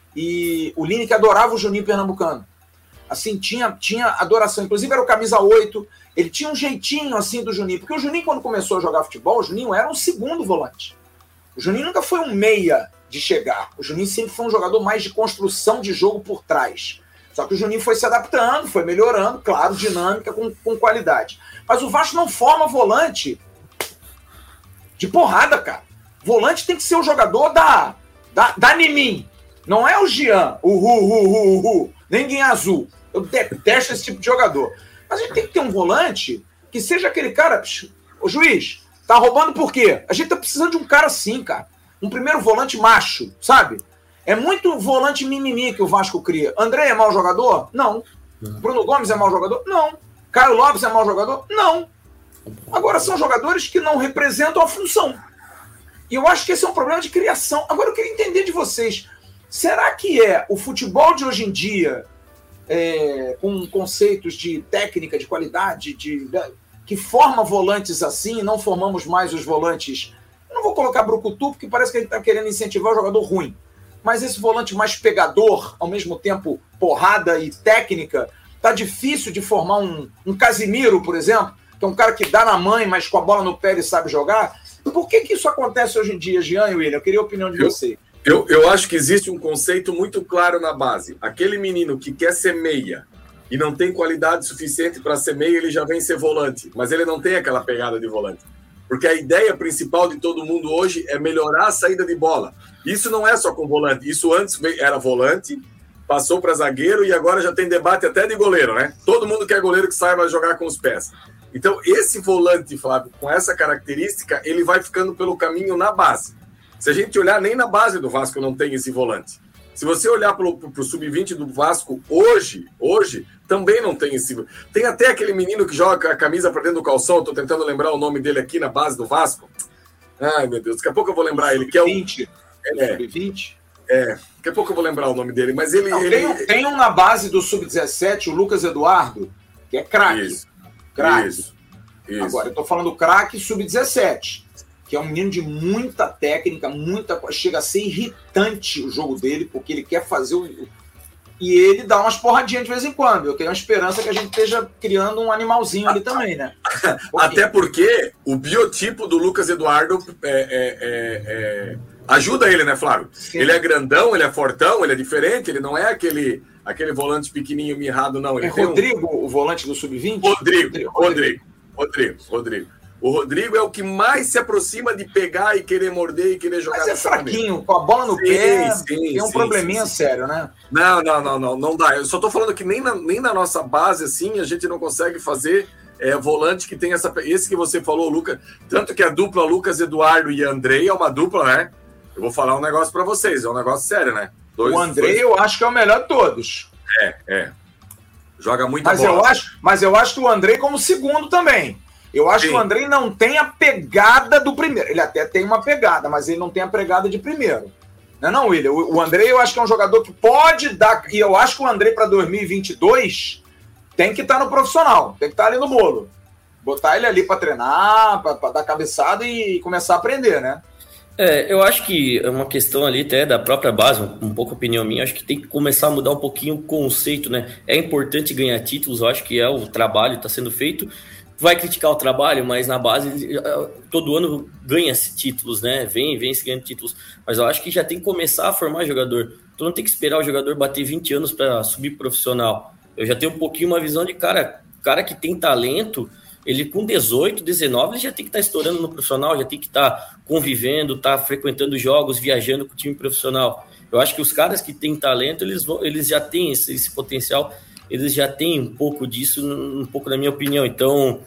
[SPEAKER 1] e o Lineker adorava o Juninho Pernambucano. Assim, tinha, tinha adoração. Inclusive era o camisa oito. Ele tinha um jeitinho assim do Juninho. Porque o Juninho, quando começou a jogar futebol, o Juninho era um segundo volante. O Juninho nunca foi um meia de chegar. O Juninho sempre foi um jogador mais de construção de jogo por trás. Só que o Juninho foi se adaptando, foi melhorando, claro, dinâmica, com, com qualidade. Mas o Vasco não forma volante de porrada, cara. Volante tem que ser o jogador da, da, da Nimin. Não é o Jean, o Ru, Ru, Ru, Ru, nem azul. Eu detesto esse tipo de jogador. Mas a gente tem que ter um volante que seja aquele cara... O juiz, tá roubando por quê? A gente tá precisando de um cara assim, cara. Um primeiro volante macho, sabe? É muito volante mimimi que o Vasco cria. André é mau jogador? Não. Bruno Gomes é mau jogador? Não. Caio Lopes é mau jogador? Não. Agora, são jogadores que não representam a função. E eu acho que esse é um problema de criação. Agora, eu queria entender de vocês. Será que é o futebol de hoje em dia... É, com conceitos de técnica, de qualidade, de, de, que forma volantes assim, não formamos mais os volantes. Eu não vou colocar brucutu, porque parece que a gente está querendo incentivar o jogador ruim. Mas esse volante mais pegador, ao mesmo tempo porrada e técnica, tá difícil de formar um, um Casimiro, por exemplo, que é um cara que dá na mãe, mas com a bola no pé ele sabe jogar. Por que que isso acontece hoje em dia, Jean e William? Eu queria a opinião de
[SPEAKER 2] eu,
[SPEAKER 1] vocês.
[SPEAKER 2] Eu, eu acho que existe um conceito muito claro na base. Aquele menino que quer ser meia e não tem qualidade suficiente para ser meia, ele já vem ser volante, mas ele não tem aquela pegada de volante. Porque a ideia principal de todo mundo hoje é melhorar a saída de bola. Isso não é só com volante. Isso antes era volante, passou para zagueiro e agora já tem debate até de goleiro, né? Todo mundo quer goleiro que saiba jogar com os pés. Então, esse volante, Flávio, com essa característica, ele vai ficando pelo caminho na base. Se a gente olhar, nem na base do Vasco não tem esse volante. Se você olhar para o sub vinte do Vasco hoje, hoje, também não tem esse... Tem até aquele menino que joga a camisa para dentro do calção, estou tentando lembrar o nome dele aqui na base do Vasco. Ai, meu Deus, daqui a pouco eu vou lembrar ele, que é o...
[SPEAKER 1] vinte. É, sub vinte?
[SPEAKER 2] É, daqui a pouco eu vou lembrar o nome dele, mas ele...
[SPEAKER 1] Não,
[SPEAKER 2] ele...
[SPEAKER 1] Tem, um, tem um na base do sub dezessete, o Lucas Eduardo, que é craque.
[SPEAKER 2] Isso,
[SPEAKER 1] craque.
[SPEAKER 2] Isso, isso.
[SPEAKER 1] Agora, eu estou falando craque sub dezessete. Que é um menino de muita técnica, muita... Chega a ser irritante o jogo dele, porque ele quer fazer o... E ele dá umas porradinhas de vez em quando. Eu tenho a esperança que a gente esteja criando um animalzinho ali também, né?
[SPEAKER 2] Porque... Até porque o biotipo do Lucas Eduardo é, é, é, é... ajuda ele, né, Flávio? Sim. Ele é grandão, ele é fortão, ele é diferente, ele não é aquele, aquele volante pequenininho, mirrado, não. Ele
[SPEAKER 1] é Rodrigo, um... o volante do sub vinte?
[SPEAKER 2] Rodrigo, Rodrigo, Rodrigo, Rodrigo, Rodrigo. O Rodrigo é o que mais se aproxima de pegar e querer morder e querer jogar.
[SPEAKER 1] Mas é fraquinho, maneira. Com a bola no sim, pé, sim, tem um sim, probleminha sim, sim. sério, né?
[SPEAKER 2] Não, não, não, não, não dá. Eu só tô falando que nem na, nem na nossa base, assim, a gente não consegue fazer é, volante que tem essa... Esse que você falou, Lucas, tanto que a dupla Lucas Eduardo e Andrei é uma dupla, né? Eu vou falar um negócio pra vocês, é um negócio sério, né?
[SPEAKER 1] Dois, o Andrei dois... eu acho que é o melhor de todos.
[SPEAKER 2] É, é. Joga muita
[SPEAKER 1] mas
[SPEAKER 2] bola.
[SPEAKER 1] Eu acho, mas eu acho que o Andrei como segundo também. Eu acho Sim. que o Andrei não tem a pegada do primeiro. Ele até tem uma pegada, mas ele não tem a pegada de primeiro. Não é não, William? O Andrei eu acho que é um jogador que pode dar... E eu acho que o Andrei para dois mil e vinte e dois tem que estar no profissional. Tem que estar ali no bolo. Botar ele ali para treinar, para dar cabeçada e começar a aprender, né?
[SPEAKER 3] É, eu acho que é uma questão ali até da própria base, um pouco opinião minha, acho que tem que começar a mudar um pouquinho o conceito, né? É importante ganhar títulos, eu acho que é o trabalho que está sendo feito. Vai criticar o trabalho, mas na base todo ano ganha-se títulos, né? Vem, vem se ganhando títulos. Mas eu acho que já tem que começar a formar jogador. Tu não tem que esperar o jogador bater vinte anos para subir profissional. Eu já tenho um pouquinho uma visão de cara, cara que tem talento, ele com dezoito, dezenove, ele já tem que estar tá estourando no profissional, já tem que estar tá convivendo, estar tá frequentando jogos, viajando com o time profissional. Eu acho que os caras que têm talento, eles, vão, eles já têm esse, esse potencial. Eles já têm um pouco disso, um pouco na minha opinião. Então,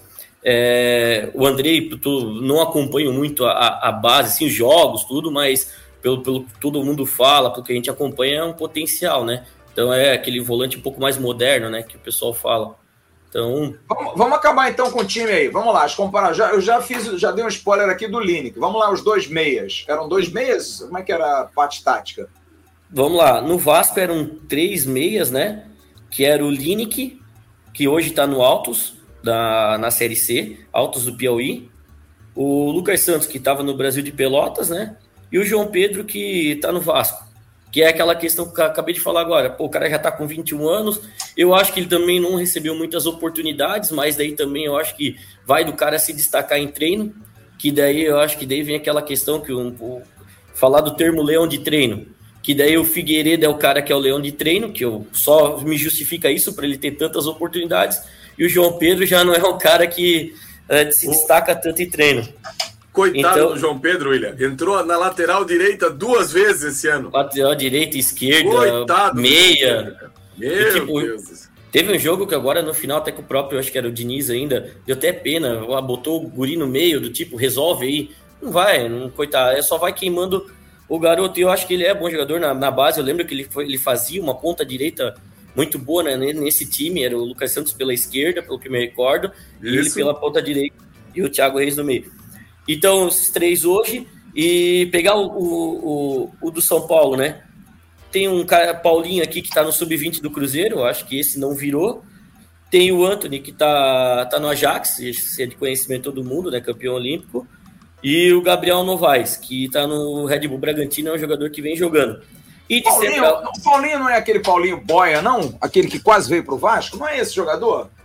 [SPEAKER 3] é, o Andrei, não acompanho muito a, a base, assim, os jogos, tudo, mas pelo, pelo que todo mundo fala, pelo que a gente acompanha, é um potencial, né? Então, é aquele volante um pouco mais moderno, né, que o pessoal fala. Então...
[SPEAKER 1] Vamos, vamos acabar, então, com o time aí. Vamos lá, comparar. Já, eu já fiz, já dei um spoiler aqui do Lineker. Vamos lá, os dois meias. Eram dois meias? Como é que era a parte tática?
[SPEAKER 3] Vamos lá. No Vasco eram três meias, né? Que era o Lineker, que hoje está no Altos, da, na Série C, Altos do Piauí. O Lucas Santos, que estava no Brasil de Pelotas, né? E o João Pedro, que está no Vasco. Que é aquela questão que eu acabei de falar agora. Pô, o cara já está com vinte e um anos. Eu acho que ele também não recebeu muitas oportunidades, mas daí também eu acho que vai do cara se destacar em treino, que daí eu acho que daí vem aquela questão que... Um, um, falar do termo leão de treino. Que daí o Figueiredo é o cara que é o leão de treino, que eu só me justifica isso para ele ter tantas oportunidades, e o João Pedro já não é um cara que uh, se destaca tanto em treino.
[SPEAKER 2] Coitado então, do João Pedro, William. Entrou na lateral direita duas vezes esse ano.
[SPEAKER 3] Lateral direita, esquerda,
[SPEAKER 2] Coitado
[SPEAKER 3] meia.
[SPEAKER 2] Meu
[SPEAKER 3] e, tipo,
[SPEAKER 2] Deus.
[SPEAKER 3] Teve um jogo que agora no final, até que o próprio, acho que era o Diniz ainda, deu até pena, botou o guri no meio, do tipo, resolve aí. Não vai, não, coitado, só vai queimando o garoto. E eu acho que ele é bom jogador na, na base. Eu lembro que ele, foi, ele fazia uma ponta direita muito boa, né, nesse time. Era o Lucas Santos pela esquerda, pelo que me recordo, e ele pela ponta direita e o Thiago Reis no meio. Então, esses três hoje, e pegar o, o, o, o do São Paulo, né? Tem um cara, Paulinho aqui, que tá no sub vinte do Cruzeiro, eu acho que esse não virou. Tem o Anthony, que tá, tá no Ajax, esse é de conhecimento de todo mundo, né? Campeão olímpico. E o Gabriel Novaes, que tá no Red Bull Bragantino, é um jogador que vem jogando. E de
[SPEAKER 1] Paulinho,
[SPEAKER 3] central...
[SPEAKER 1] o Paulinho não é aquele Paulinho Boia, não? Aquele que quase veio pro Vasco? Não é esse jogador?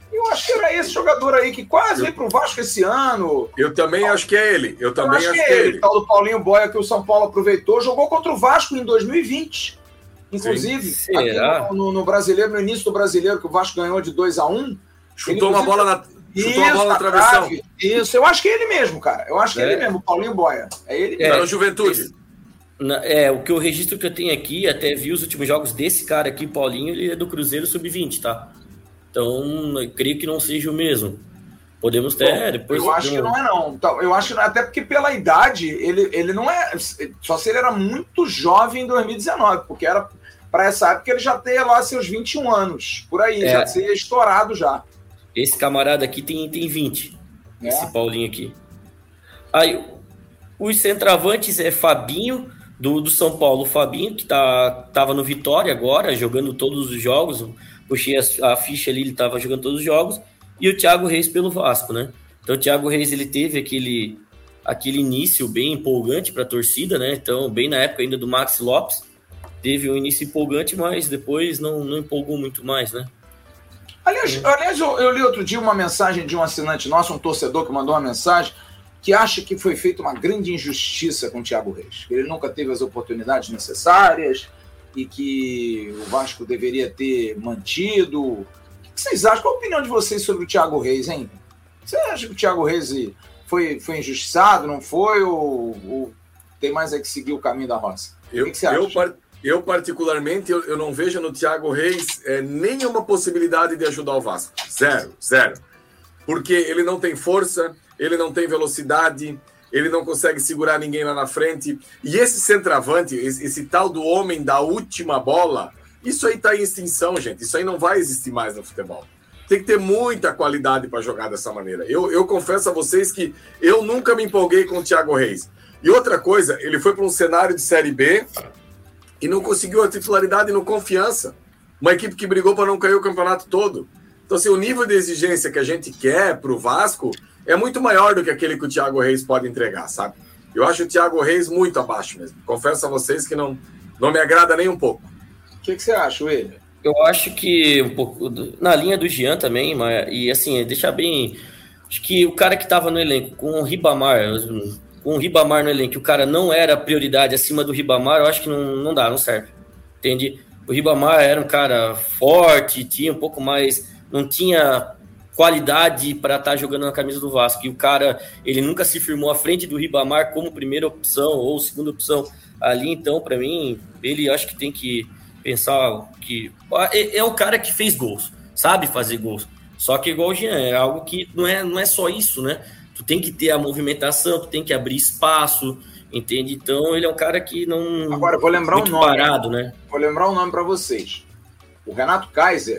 [SPEAKER 1] Eu acho que era esse jogador aí que quase eu, veio pro Vasco esse ano.
[SPEAKER 2] Eu também acho que é ele. Eu também eu acho, acho que é ele.
[SPEAKER 1] O tal do Paulinho Boia que o São Paulo aproveitou, jogou contra o Vasco em dois mil e vinte. Inclusive, aqui no, no, no Brasileiro, no início do Brasileiro, que o Vasco ganhou de dois a um.
[SPEAKER 2] Chutou uma bola na, chutou
[SPEAKER 1] isso,
[SPEAKER 2] uma bola na travessão.
[SPEAKER 1] Isso, eu acho que é ele mesmo, cara. Eu acho que é, é ele mesmo, o Paulinho Boia. É ele mesmo.
[SPEAKER 2] É, no Juventude.
[SPEAKER 3] Esse, na, é, o que o registro que eu tenho aqui, até vi os últimos jogos desse cara aqui, Paulinho, ele é do Cruzeiro sub vinte, tá? Então, eu creio que não seja o mesmo. Podemos ter.
[SPEAKER 1] Bom,
[SPEAKER 3] depois
[SPEAKER 1] eu acho que não é, não. Eu acho que até porque pela idade, ele, ele não é. Só se ele era muito jovem em dois mil e dezenove, porque era para essa época ele já tem lá seus vinte e um anos, por aí, é. já ser estourado já.
[SPEAKER 3] Esse camarada aqui tem, tem vinte. É. Esse Paulinho aqui. Aí, os centravantes é Fabinho, do, do São Paulo. O Fabinho, que tá, tava no Vitória agora, jogando todos os jogos. Puxei a, a ficha ali, ele estava jogando todos os jogos, e o Thiago Reis pelo Vasco, né? Então o Thiago Reis, ele teve aquele, aquele início bem empolgante para a torcida, né? Então, bem na época ainda do Maxi Lopes, teve um início empolgante, mas depois não, não empolgou muito mais, né?
[SPEAKER 1] Aliás, é. aliás eu, eu li outro dia uma mensagem de um assinante nosso, um torcedor que mandou uma mensagem, que acha que foi feita uma grande injustiça com o Thiago Reis, que ele nunca teve as oportunidades necessárias, e que o Vasco deveria ter mantido. O que vocês acham? Qual a opinião de vocês sobre o Thiago Reis, hein? Você acha que o Thiago Reis foi, foi injustiçado, não foi? Ou, ou tem mais é que seguir o caminho da roça?
[SPEAKER 2] Eu,
[SPEAKER 1] o que você acha?
[SPEAKER 2] Eu, eu particularmente, eu, eu não vejo no Thiago Reis é, nenhuma possibilidade de ajudar o Vasco. Zero, zero. Porque ele não tem força, ele não tem velocidade, ele não consegue segurar ninguém lá na frente. E esse centroavante, esse, esse tal do homem da última bola, isso aí está em extinção, gente. Isso aí não vai existir mais no futebol. Tem que ter muita qualidade para jogar dessa maneira. Eu, eu confesso a vocês que eu nunca me empolguei com o Thiago Reis. E outra coisa, ele foi para um cenário de Série B e não conseguiu a titularidade no Confiança. Uma equipe que brigou para não cair o campeonato todo. Então, assim, o nível de exigência que a gente quer para o Vasco é muito maior do que aquele que o Thiago Reis pode entregar, sabe? Eu acho o Thiago Reis muito abaixo mesmo. Confesso a vocês que não, não me agrada nem um pouco.
[SPEAKER 1] O que, que você acha, William?
[SPEAKER 3] Eu acho que um pouco na linha do Jean também, mas, e assim, deixar bem... Acho que o cara que estava no elenco com o Ribamar, com o Ribamar no elenco, o cara não era prioridade acima do Ribamar, eu acho que não, não dá, não serve. Entende? O Ribamar era um cara forte, tinha um pouco mais... Não tinha qualidade para estar tá jogando na camisa do Vasco. E o cara, ele nunca se firmou à frente do Ribamar como primeira opção ou segunda opção ali. Então, para mim, ele acho que tem que pensar que é, é o cara que fez gols, sabe fazer gols. Só que igual o Jean, é algo que não é, não é só isso, né? Tu tem que ter a movimentação, tu tem que abrir espaço, entende? Então, ele é um cara que não...
[SPEAKER 1] Agora, vou lembrar um nome.
[SPEAKER 3] Parado, né?
[SPEAKER 1] Vou lembrar um nome para vocês. O Renato Kaiser,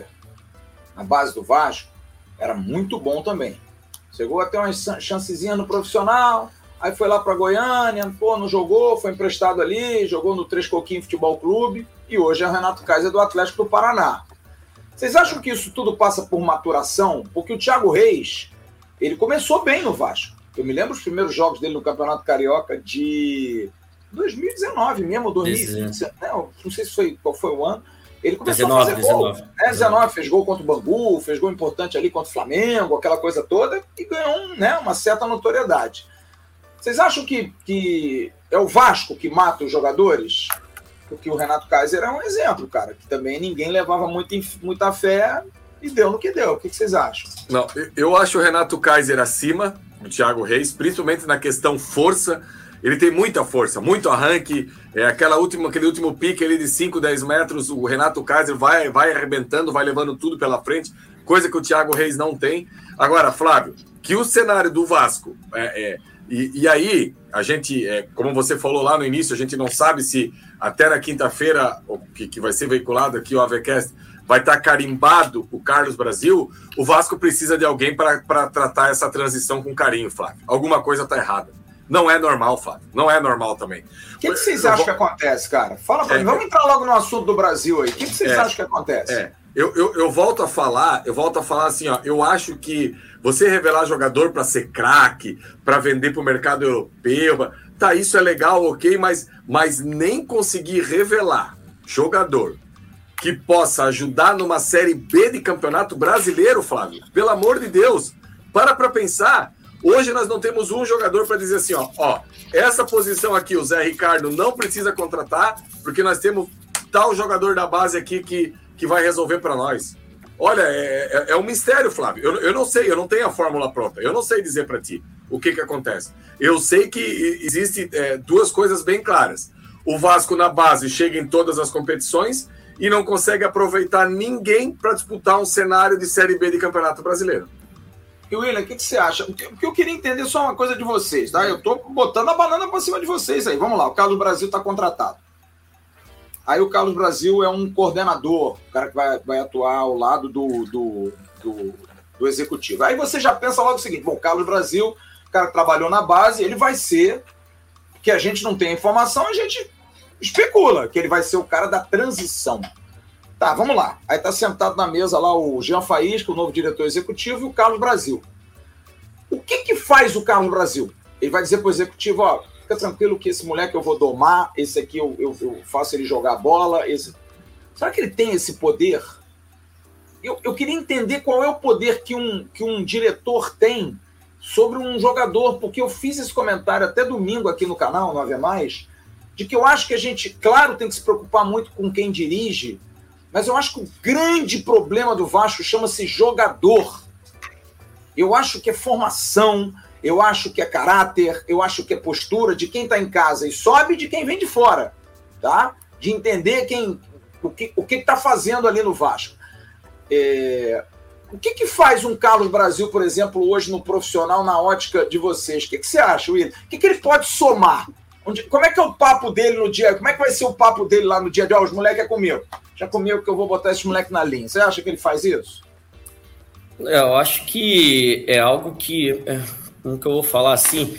[SPEAKER 1] na base do Vasco, era muito bom também. Chegou a ter uma chancezinha no profissional, aí foi lá para Goiânia, pô, não jogou, foi emprestado ali, jogou no Três Coquinhos Futebol Clube, e hoje é o Renato Kaiser do Atlético do Paraná. Vocês acham que isso tudo passa por maturação? Porque o Thiago Reis, ele começou bem no Vasco. Eu me lembro os primeiros jogos dele no Campeonato Carioca de dois mil e dezenove mesmo, dois mil e vinte, não, não sei se foi, qual foi o ano. Ele começou dezenove, a fazer gol. dezenove. Né? dezenove, fez gol contra o Bangu, fez gol importante ali contra o Flamengo, aquela coisa toda, e ganhou um, né, uma certa notoriedade. Vocês acham que, que é o Vasco que mata os jogadores? Porque o Renato Kaiser é um exemplo, cara, que também ninguém levava muito, muita fé e deu no que deu. O que vocês acham?
[SPEAKER 2] Não, eu acho o Renato Kaiser acima do Thiago Reis, principalmente na questão força. Ele tem muita força, muito arranque, é, aquela última, aquele último pique ali de cinco, dez metros, o Renato Kaiser vai, vai arrebentando, vai levando tudo pela frente, coisa que o Thiago Reis não tem. Agora, Flávio, que o cenário do Vasco, é, é, e, e aí, a gente, é, como você falou lá no início, a gente não sabe se até na quinta-feira, que, que vai ser veiculado aqui o AveCast, vai estar carimbado o Carlos Brasil, o Vasco precisa de alguém para tratar essa transição com carinho, Flávio. Alguma coisa está errada. Não é normal, Flávio. Não é normal também.
[SPEAKER 1] O que, que vocês eu acham vou... que acontece, cara? Fala pra é, mim. Vamos entrar logo no assunto do Brasil aí. O que, que vocês é, acham que acontece?
[SPEAKER 2] É. Eu, eu, eu volto a falar, eu volto a falar assim, ó. Eu acho que você revelar jogador para ser craque, para vender para o mercado europeu, tá, isso é legal, ok, mas, mas nem conseguir revelar jogador que possa ajudar numa Série B de Campeonato Brasileiro, Flávio. Pelo amor de Deus, para para pensar. Hoje nós não temos um jogador para dizer assim, ó, ó, essa posição aqui o Zé Ricardo não precisa contratar, porque nós temos tal jogador da base aqui que, que vai resolver para nós. Olha, é, é, é um mistério, Flávio. Eu, eu não sei, eu não tenho a fórmula pronta. Eu não sei dizer para ti o que, que acontece. Eu sei que existe é, duas coisas bem claras. O Vasco na base chega em todas as competições e não consegue aproveitar ninguém para disputar um cenário de Série B de Campeonato Brasileiro.
[SPEAKER 1] E William, o que, que você acha? Porque eu queria entender só uma coisa de vocês, tá? Eu tô botando a banana para cima de vocês aí. Vamos lá, o Carlos Brasil está contratado. Aí o Carlos Brasil é um coordenador, o cara que vai, vai atuar ao lado do, do, do, do executivo. Aí você já pensa logo o seguinte, bom, o Carlos Brasil, o cara que trabalhou na base, ele vai ser, que a gente não tem informação, a gente especula que ele vai ser o cara da transição. Tá, vamos lá. Aí tá sentado na mesa lá o Jean Faísca, o novo diretor executivo, e o Carlos Brasil. O que que faz o Carlos Brasil? Ele vai dizer pro executivo, ó, fica tranquilo que esse moleque eu vou domar, esse aqui eu, eu, eu faço ele jogar bola. Esse... Será que ele tem esse poder? Eu, eu queria entender qual é o poder que um, que um diretor tem sobre um jogador, porque eu fiz esse comentário até domingo aqui no canal, no Ave Mais, de que eu acho que a gente, claro, tem que se preocupar muito com quem dirige, mas eu acho que o grande problema do Vasco chama-se jogador. Eu acho que é formação, eu acho que é caráter, eu acho que é postura de quem está em casa e sobe e de quem vem de fora, tá? De entender quem, o que o está fazendo ali no Vasco. É, o que, que faz um Carlos Brasil, por exemplo, hoje no profissional, na ótica de vocês? O que, que você acha, William? O que, que ele pode somar? Onde, como é que é o papo dele no dia? Como é que vai ser o papo dele lá no dia de, ó, os moleques é comigo. Já comigo que eu vou botar esse moleque na linha. Você acha que ele faz isso?
[SPEAKER 3] Eu acho que é algo que, é, como que eu vou falar assim,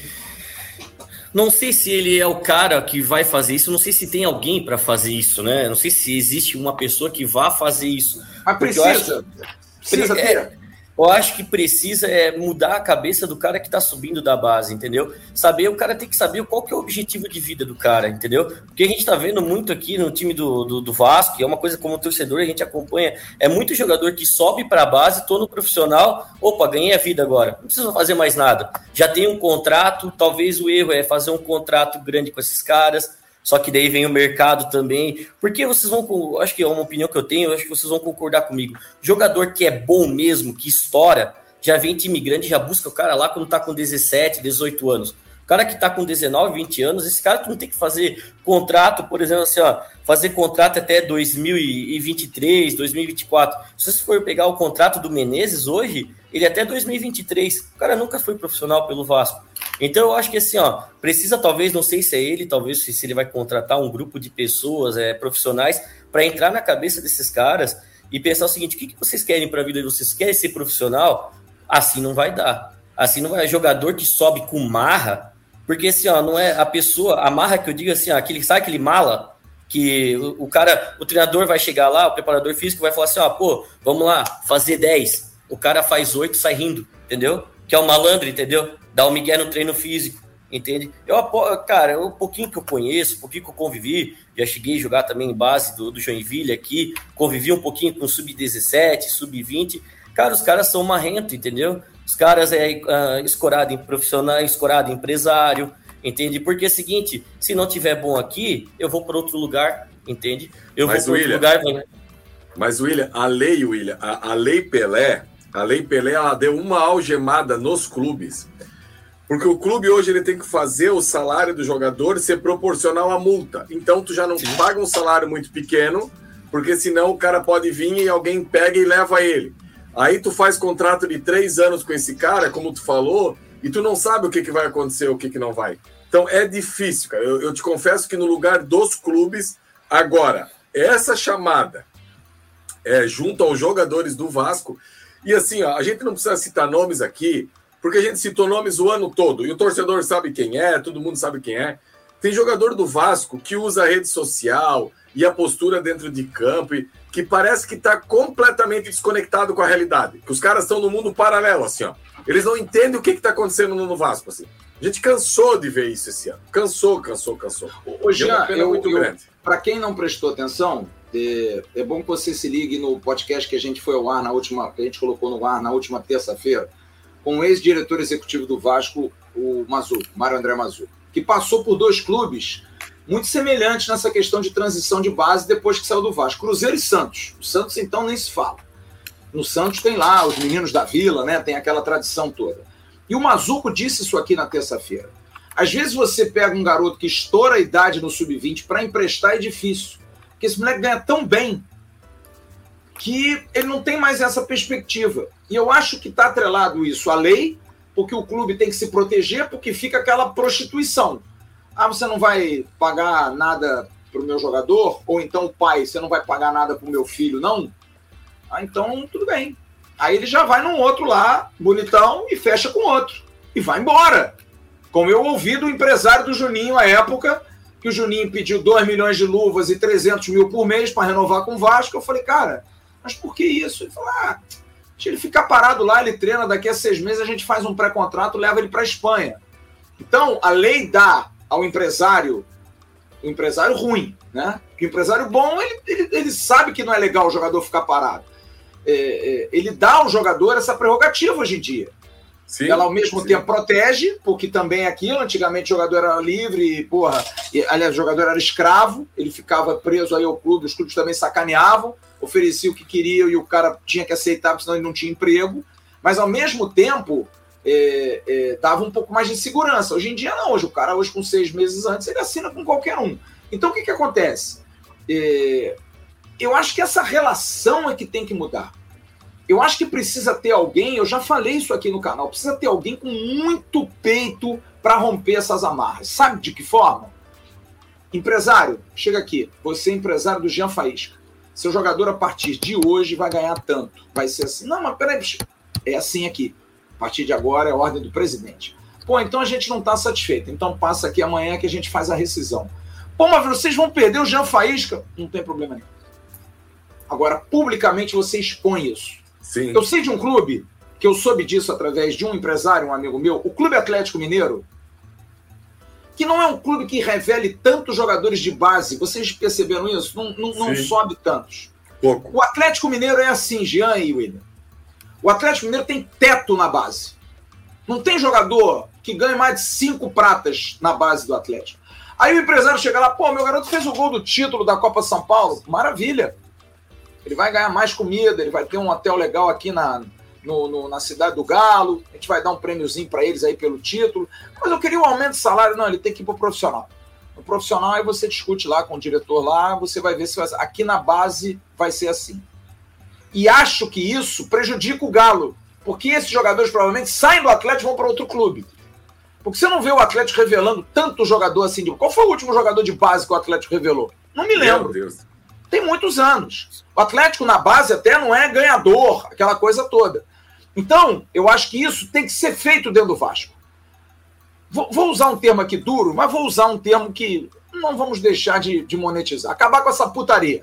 [SPEAKER 3] não sei se ele é o cara que vai fazer isso, não sei se tem alguém para fazer isso, né? Não sei se existe uma pessoa que vá fazer isso.
[SPEAKER 1] Mas precisa. Precisa ter.
[SPEAKER 3] É, eu acho que precisa é mudar a cabeça do cara que tá subindo da base, entendeu? Saber, o cara tem que saber qual que é o objetivo de vida do cara, entendeu? Porque a gente tá vendo muito aqui no time do, do, do Vasco, que é uma coisa como torcedor, a gente acompanha, é muito jogador que sobe pra base, tô no profissional, opa, ganhei a vida agora, não preciso fazer mais nada. Já tem um contrato, talvez o erro é fazer um contrato grande com esses caras, só que daí vem o mercado também, porque vocês vão, acho que é uma opinião que eu tenho, acho que vocês vão concordar comigo, jogador que é bom mesmo, que estoura, já vem time grande, já busca o cara lá quando tá com dezessete, dezoito anos. O cara que tá com dezenove, vinte anos, esse cara tu não tem que fazer contrato, por exemplo, assim, ó, fazer contrato até dois mil e vinte e três, dois mil e vinte e quatro. Se você for pegar o contrato do Menezes hoje, ele é até dois mil e vinte e três. O cara nunca foi profissional pelo Vasco. Então eu acho que assim, ó, precisa talvez, não sei se é ele, talvez se ele vai contratar um grupo de pessoas, é, profissionais, para entrar na cabeça desses caras e pensar o seguinte, o que, que vocês querem para a vida de vocês? Querem ser profissional? Assim não vai dar. Assim não vai. Jogador que sobe com marra, porque assim, ó, não é a pessoa, a marra que eu digo assim, ó, aquele, sabe aquele mala? Que o, o cara, o treinador vai chegar lá, o preparador físico vai falar assim, ó, pô, vamos lá, fazer dez. O cara faz oito, sai rindo, entendeu? Que é o malandro, entendeu? Dá o migué no treino físico, entende? Eu, cara, um pouquinho que eu conheço, um pouquinho que eu convivi, já cheguei a jogar também em base do, do Joinville aqui, convivi um pouquinho com sub dezessete, sub vinte, cara, os caras são marrentos, entendeu? Os caras é uh, escorado em profissional, escorado em empresário, entende? Porque é o seguinte, se não tiver bom aqui, eu vou para outro lugar, entende? Eu
[SPEAKER 2] mas,
[SPEAKER 3] vou para outro
[SPEAKER 2] William,
[SPEAKER 3] lugar...
[SPEAKER 2] Mas, William, a lei, William, a, a lei Pelé, a lei Pelé, ela deu uma algemada nos clubes. Porque o clube hoje ele tem que fazer o salário do jogador ser proporcional à multa. Então, tu já não Sim. paga um salário muito pequeno, porque senão o cara pode vir e alguém pega e leva ele. Aí tu faz contrato de três anos com esse cara, como tu falou, e tu não sabe o que, que vai acontecer, o que, que não vai. Então é difícil, cara. Eu, eu te confesso que no lugar dos clubes, agora, essa chamada é junto aos jogadores do Vasco, e assim, ó, a gente não precisa citar nomes aqui, porque a gente citou nomes o ano todo, e o torcedor sabe quem é, todo mundo sabe quem é. Tem jogador do Vasco que usa a rede social e a postura dentro de campo, e que parece que está completamente desconectado com a realidade. Que os caras estão no mundo paralelo, assim, ó. Eles não entendem o que está acontecendo no Vasco, assim. A gente cansou de ver isso esse ano. Cansou, cansou, cansou.
[SPEAKER 1] Ô, Jean, é eu, muito eu, grande. Para quem não prestou atenção, é, é bom que você se ligue no podcast que a gente foi ao ar na última, que a gente colocou no ar na última terça-feira, com o ex-diretor executivo do Vasco, o Mazzuco, Mário André Mazzuco, que passou por dois clubes muito semelhantes nessa questão de transição de base depois que saiu do Vasco, Cruzeiro e Santos. O Santos, então, nem se fala. No Santos tem lá os meninos da vila, né? Tem aquela tradição toda. E o Mazzuco disse isso aqui na terça-feira. Às vezes você pega um garoto que estoura a idade no sub vinte para emprestar é difícil. Porque esse moleque ganha tão bem que ele não tem mais essa perspectiva. E eu acho que está atrelado isso à lei, porque o clube tem que se proteger, porque fica aquela prostituição. Ah, você não vai pagar nada para o meu jogador? Ou então o pai, você não vai pagar nada para o meu filho, não? Ah, então tudo bem. Aí ele já vai num outro lá, bonitão, e fecha com outro. E vai embora. Como eu ouvi do empresário do Juninho à época, que o Juninho pediu dois milhões de luvas e trezentos mil por mês para renovar com o Vasco. Eu falei, cara, mas por que isso? Ele falou, ah, deixa ele ficar parado lá, ele treina, daqui a seis meses a gente faz um pré-contrato, leva ele para a Espanha. Então, a lei dá ao empresário, o empresário ruim, né? Porque o empresário bom, ele, ele, ele sabe que não é legal o jogador ficar parado. É, é, ele dá ao jogador essa prerrogativa hoje em dia. Sim, ela ao mesmo sim. tempo protege, porque também é aquilo, antigamente o jogador era livre, porra, e, aliás, o jogador era escravo, ele ficava preso aí ao clube, os clubes também sacaneavam, ofereciam o que queriam e o cara tinha que aceitar, porque senão ele não tinha emprego, mas ao mesmo tempo é, é, dava um pouco mais de segurança. Hoje em dia não, hoje o cara hoje com seis meses antes ele assina com qualquer um. Então o que que acontece? É, eu acho que essa relação é que tem que mudar. Eu acho que precisa ter alguém, eu já falei isso aqui no canal, precisa ter alguém com muito peito para romper essas amarras. Sabe de que forma? Empresário, chega aqui, você é empresário do Jean Faísca. Seu jogador a partir de hoje vai ganhar tanto. Vai ser assim. Não, mas peraí, bicho. É assim aqui. A partir de agora é a ordem do presidente. Pô, então a gente não está satisfeito. Então passa aqui amanhã que a gente faz a rescisão. Pô, mas vocês vão perder o Jean Faísca? Não tem problema nenhum. Agora, publicamente você expõe isso. Sim. Eu sei de um clube, que eu soube disso através de um empresário, um amigo meu, o Clube Atlético Mineiro, que não é um clube que revele tantos jogadores de base. Vocês perceberam isso? Não, não, não sobe tantos. Pouco. O Atlético Mineiro é assim, Jean e William. O Atlético Mineiro tem teto na base. Não tem jogador que ganhe mais de cinco pratas na base do Atlético. Aí o empresário chega lá, pô, meu garoto fez o gol do título da Copa São Paulo. Maravilha. Ele vai ganhar mais comida, ele vai ter um hotel legal aqui na, no, no, na cidade do Galo, a gente vai dar um prêmiozinho para eles aí pelo título, mas eu queria um aumento de salário. Não, ele tem que ir para o profissional. No profissional aí você discute lá com o diretor lá, você vai ver se vai, aqui na base vai ser assim. E acho que isso prejudica o Galo, porque esses jogadores provavelmente saem do Atlético e vão para outro clube. Porque você não vê o Atlético revelando tanto jogador assim. De... Qual foi o último jogador de base que o Atlético revelou? Não me lembro. Meu Deus. Tem muitos anos. O Atlético na base até não é ganhador, aquela coisa toda. Então, eu acho que isso tem que ser feito dentro do Vasco. Vou, vou usar um termo aqui duro, mas vou usar um termo que não vamos deixar de, de monetizar. Acabar com essa putaria.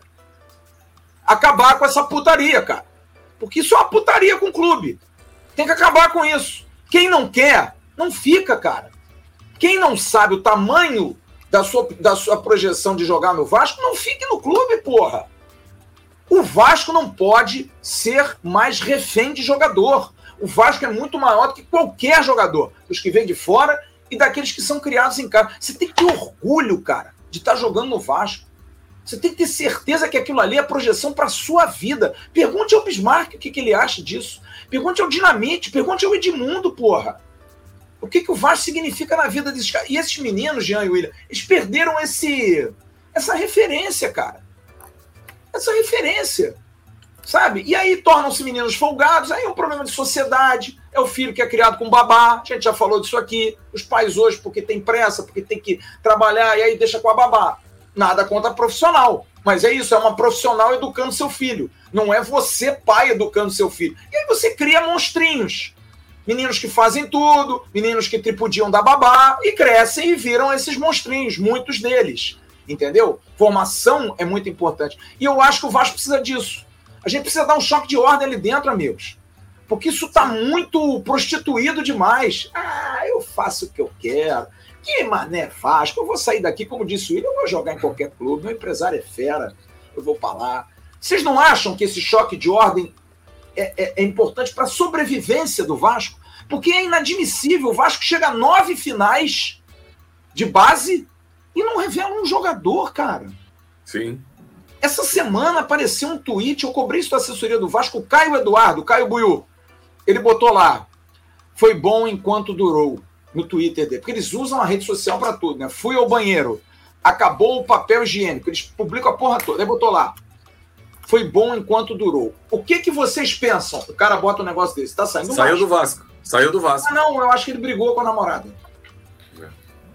[SPEAKER 1] Acabar com essa putaria, cara. Porque isso é uma putaria com o clube. Tem que acabar com isso. Quem não quer, não fica, cara. Quem não sabe o tamanho da sua, da sua projeção de jogar no Vasco, não fique no clube, porra. O Vasco não pode ser mais refém de jogador. O Vasco é muito maior do que qualquer jogador, dos que vêm de fora e daqueles que são criados em casa. Você tem que ter orgulho, cara, de estar jogando no Vasco. Você tem que ter certeza que aquilo ali é projeção para a sua vida. Pergunte ao Bismarck o que, que ele acha disso. Pergunte ao Dinamite, pergunte ao Edmundo, porra. O que, que o Vasco significa na vida desses caras. E esses meninos, Jean e William, eles perderam esse, essa referência, cara. Essa referência, sabe? E aí tornam-se meninos folgados, aí é um problema de sociedade, é o filho que é criado com babá, a gente já falou disso aqui, os pais hoje, porque tem pressa, porque tem que trabalhar, e aí deixa com a babá. Nada contra profissional, mas é isso, é uma profissional educando seu filho, não é você, pai, educando seu filho. E aí você cria monstrinhos, meninos que fazem tudo, meninos que tripudiam da babá, e crescem e viram esses monstrinhos, muitos deles. Entendeu? Formação é muito importante. E eu acho que o Vasco precisa disso. A gente precisa dar um choque de ordem ali dentro, amigos. Porque isso está muito prostituído demais. Ah, eu faço o que eu quero. Que mané Vasco. Eu vou sair daqui, como disse o William, eu vou jogar em qualquer clube. Meu empresário é fera. eu vou para lá. Vocês não acham que esse choque de ordem é, é, é importante para a sobrevivência do Vasco? Porque é inadmissível. O Vasco chega a nove finais de base e não revela um jogador, cara.
[SPEAKER 2] Sim.
[SPEAKER 1] Essa semana apareceu um tweet, eu cobrei isso da assessoria do Vasco, o Caio Eduardo, o Caio Buiú. Ele botou lá, foi bom enquanto durou, no Twitter dele. Porque eles usam a rede social para tudo, né? Fui ao banheiro, acabou o papel higiênico, eles publicam a porra toda. Ele botou lá, foi bom enquanto durou. O que que vocês pensam? O cara bota um negócio desse, tá saindo do
[SPEAKER 2] Saiu
[SPEAKER 1] Vasco.
[SPEAKER 2] do Vasco. Saiu do Vasco.
[SPEAKER 1] Ah, não, eu acho que ele brigou com a namorada. É.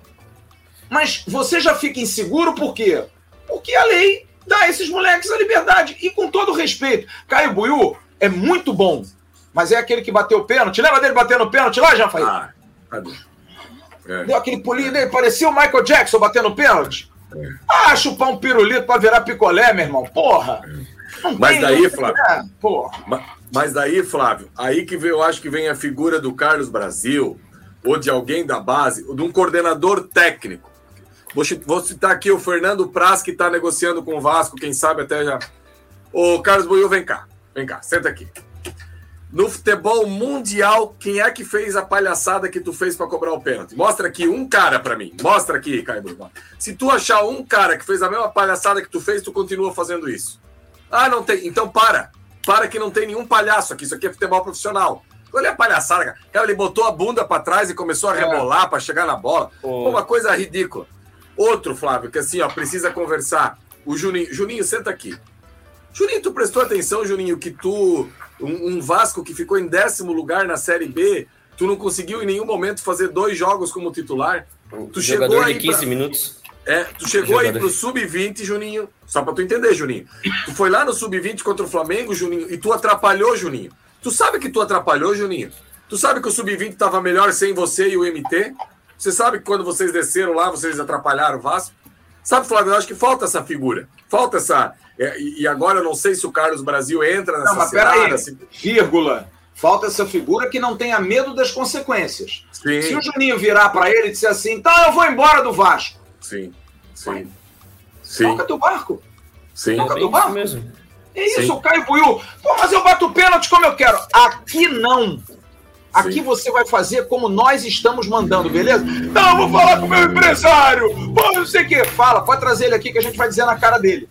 [SPEAKER 1] Mas você já fica inseguro por quê? Porque a lei dá a esses moleques a liberdade. E com todo respeito, Caio Buiú é muito bom, mas é aquele que bateu o pênalti. Lembra dele batendo o pênalti lá, Jafaí? Ah, cadê? É. Deu aquele pulinho dele, parecia o Michael Jackson batendo o pênalti. É. Ah, chupar um pirulito pra virar picolé, meu irmão. Porra.
[SPEAKER 2] É. Mas tem, daí, Flávio... É, porra. Mas, mas daí, Flávio, aí que eu acho que vem a figura do Carlos Brasil, ou de alguém da base, ou de um coordenador técnico. Vou, vou citar aqui o Fernando Praz, que está negociando com o Vasco, quem sabe até já... Ô, Carlos Buiú, vem cá. Vem cá, senta aqui. No futebol mundial, quem é que fez a palhaçada que tu fez para cobrar o pênalti? Mostra aqui um cara para mim. Mostra aqui, Caio Buiú. Se tu achar um cara que fez a mesma palhaçada que tu fez, tu continua fazendo isso. Ah, não tem. Então para. Para que não tem nenhum palhaço aqui. Isso aqui é futebol profissional. Olha a palhaçada, cara. Cara, ele botou a bunda para trás e começou a rebolar é. para chegar na bola. Oh. Uma coisa ridícula. Outro, Flávio, que assim, ó, precisa conversar. O Juninho. Juninho, senta aqui. Juninho, tu prestou atenção, Juninho, que tu... Um, um Vasco que ficou em décimo lugar na Série B, tu não conseguiu em nenhum momento fazer dois jogos como titular? Tu
[SPEAKER 3] Jogador
[SPEAKER 2] chegou aí
[SPEAKER 3] de quinze
[SPEAKER 2] pra...
[SPEAKER 3] minutos.
[SPEAKER 2] É, tu chegou aí pro sub vinte, Juninho, só pra tu entender, Juninho. Tu foi lá no sub vinte contra o Flamengo, Juninho, e tu atrapalhou, Juninho. Tu sabe que tu atrapalhou, Juninho? Tu sabe que o sub vinte tava melhor sem você e o M T? Você sabe que quando vocês desceram lá, vocês atrapalharam o Vasco? Sabe, Flávio, eu acho que falta essa figura. Falta essa... É, e agora eu não sei se o Carlos Brasil entra nessa...
[SPEAKER 1] Não, mas peraí, se... vírgula. Falta essa figura que não tenha medo das consequências. Sim. Se o Juninho virar para ele e disser assim, então eu vou embora do Vasco.
[SPEAKER 2] Sim, sim.
[SPEAKER 1] sim. Toca do barco.
[SPEAKER 2] Sim.
[SPEAKER 1] Toca
[SPEAKER 3] é
[SPEAKER 1] do barco.
[SPEAKER 3] Mesmo.
[SPEAKER 1] É isso, sim. O Caio Buiú. Pô, mas eu bato o pênalti como eu quero. Aqui não. Aqui sim. Você vai fazer como nós estamos mandando, beleza? Não, eu vou falar com o meu empresário. Pô, não sei o quê. Fala, pode trazer ele aqui que a gente vai dizer na cara dele.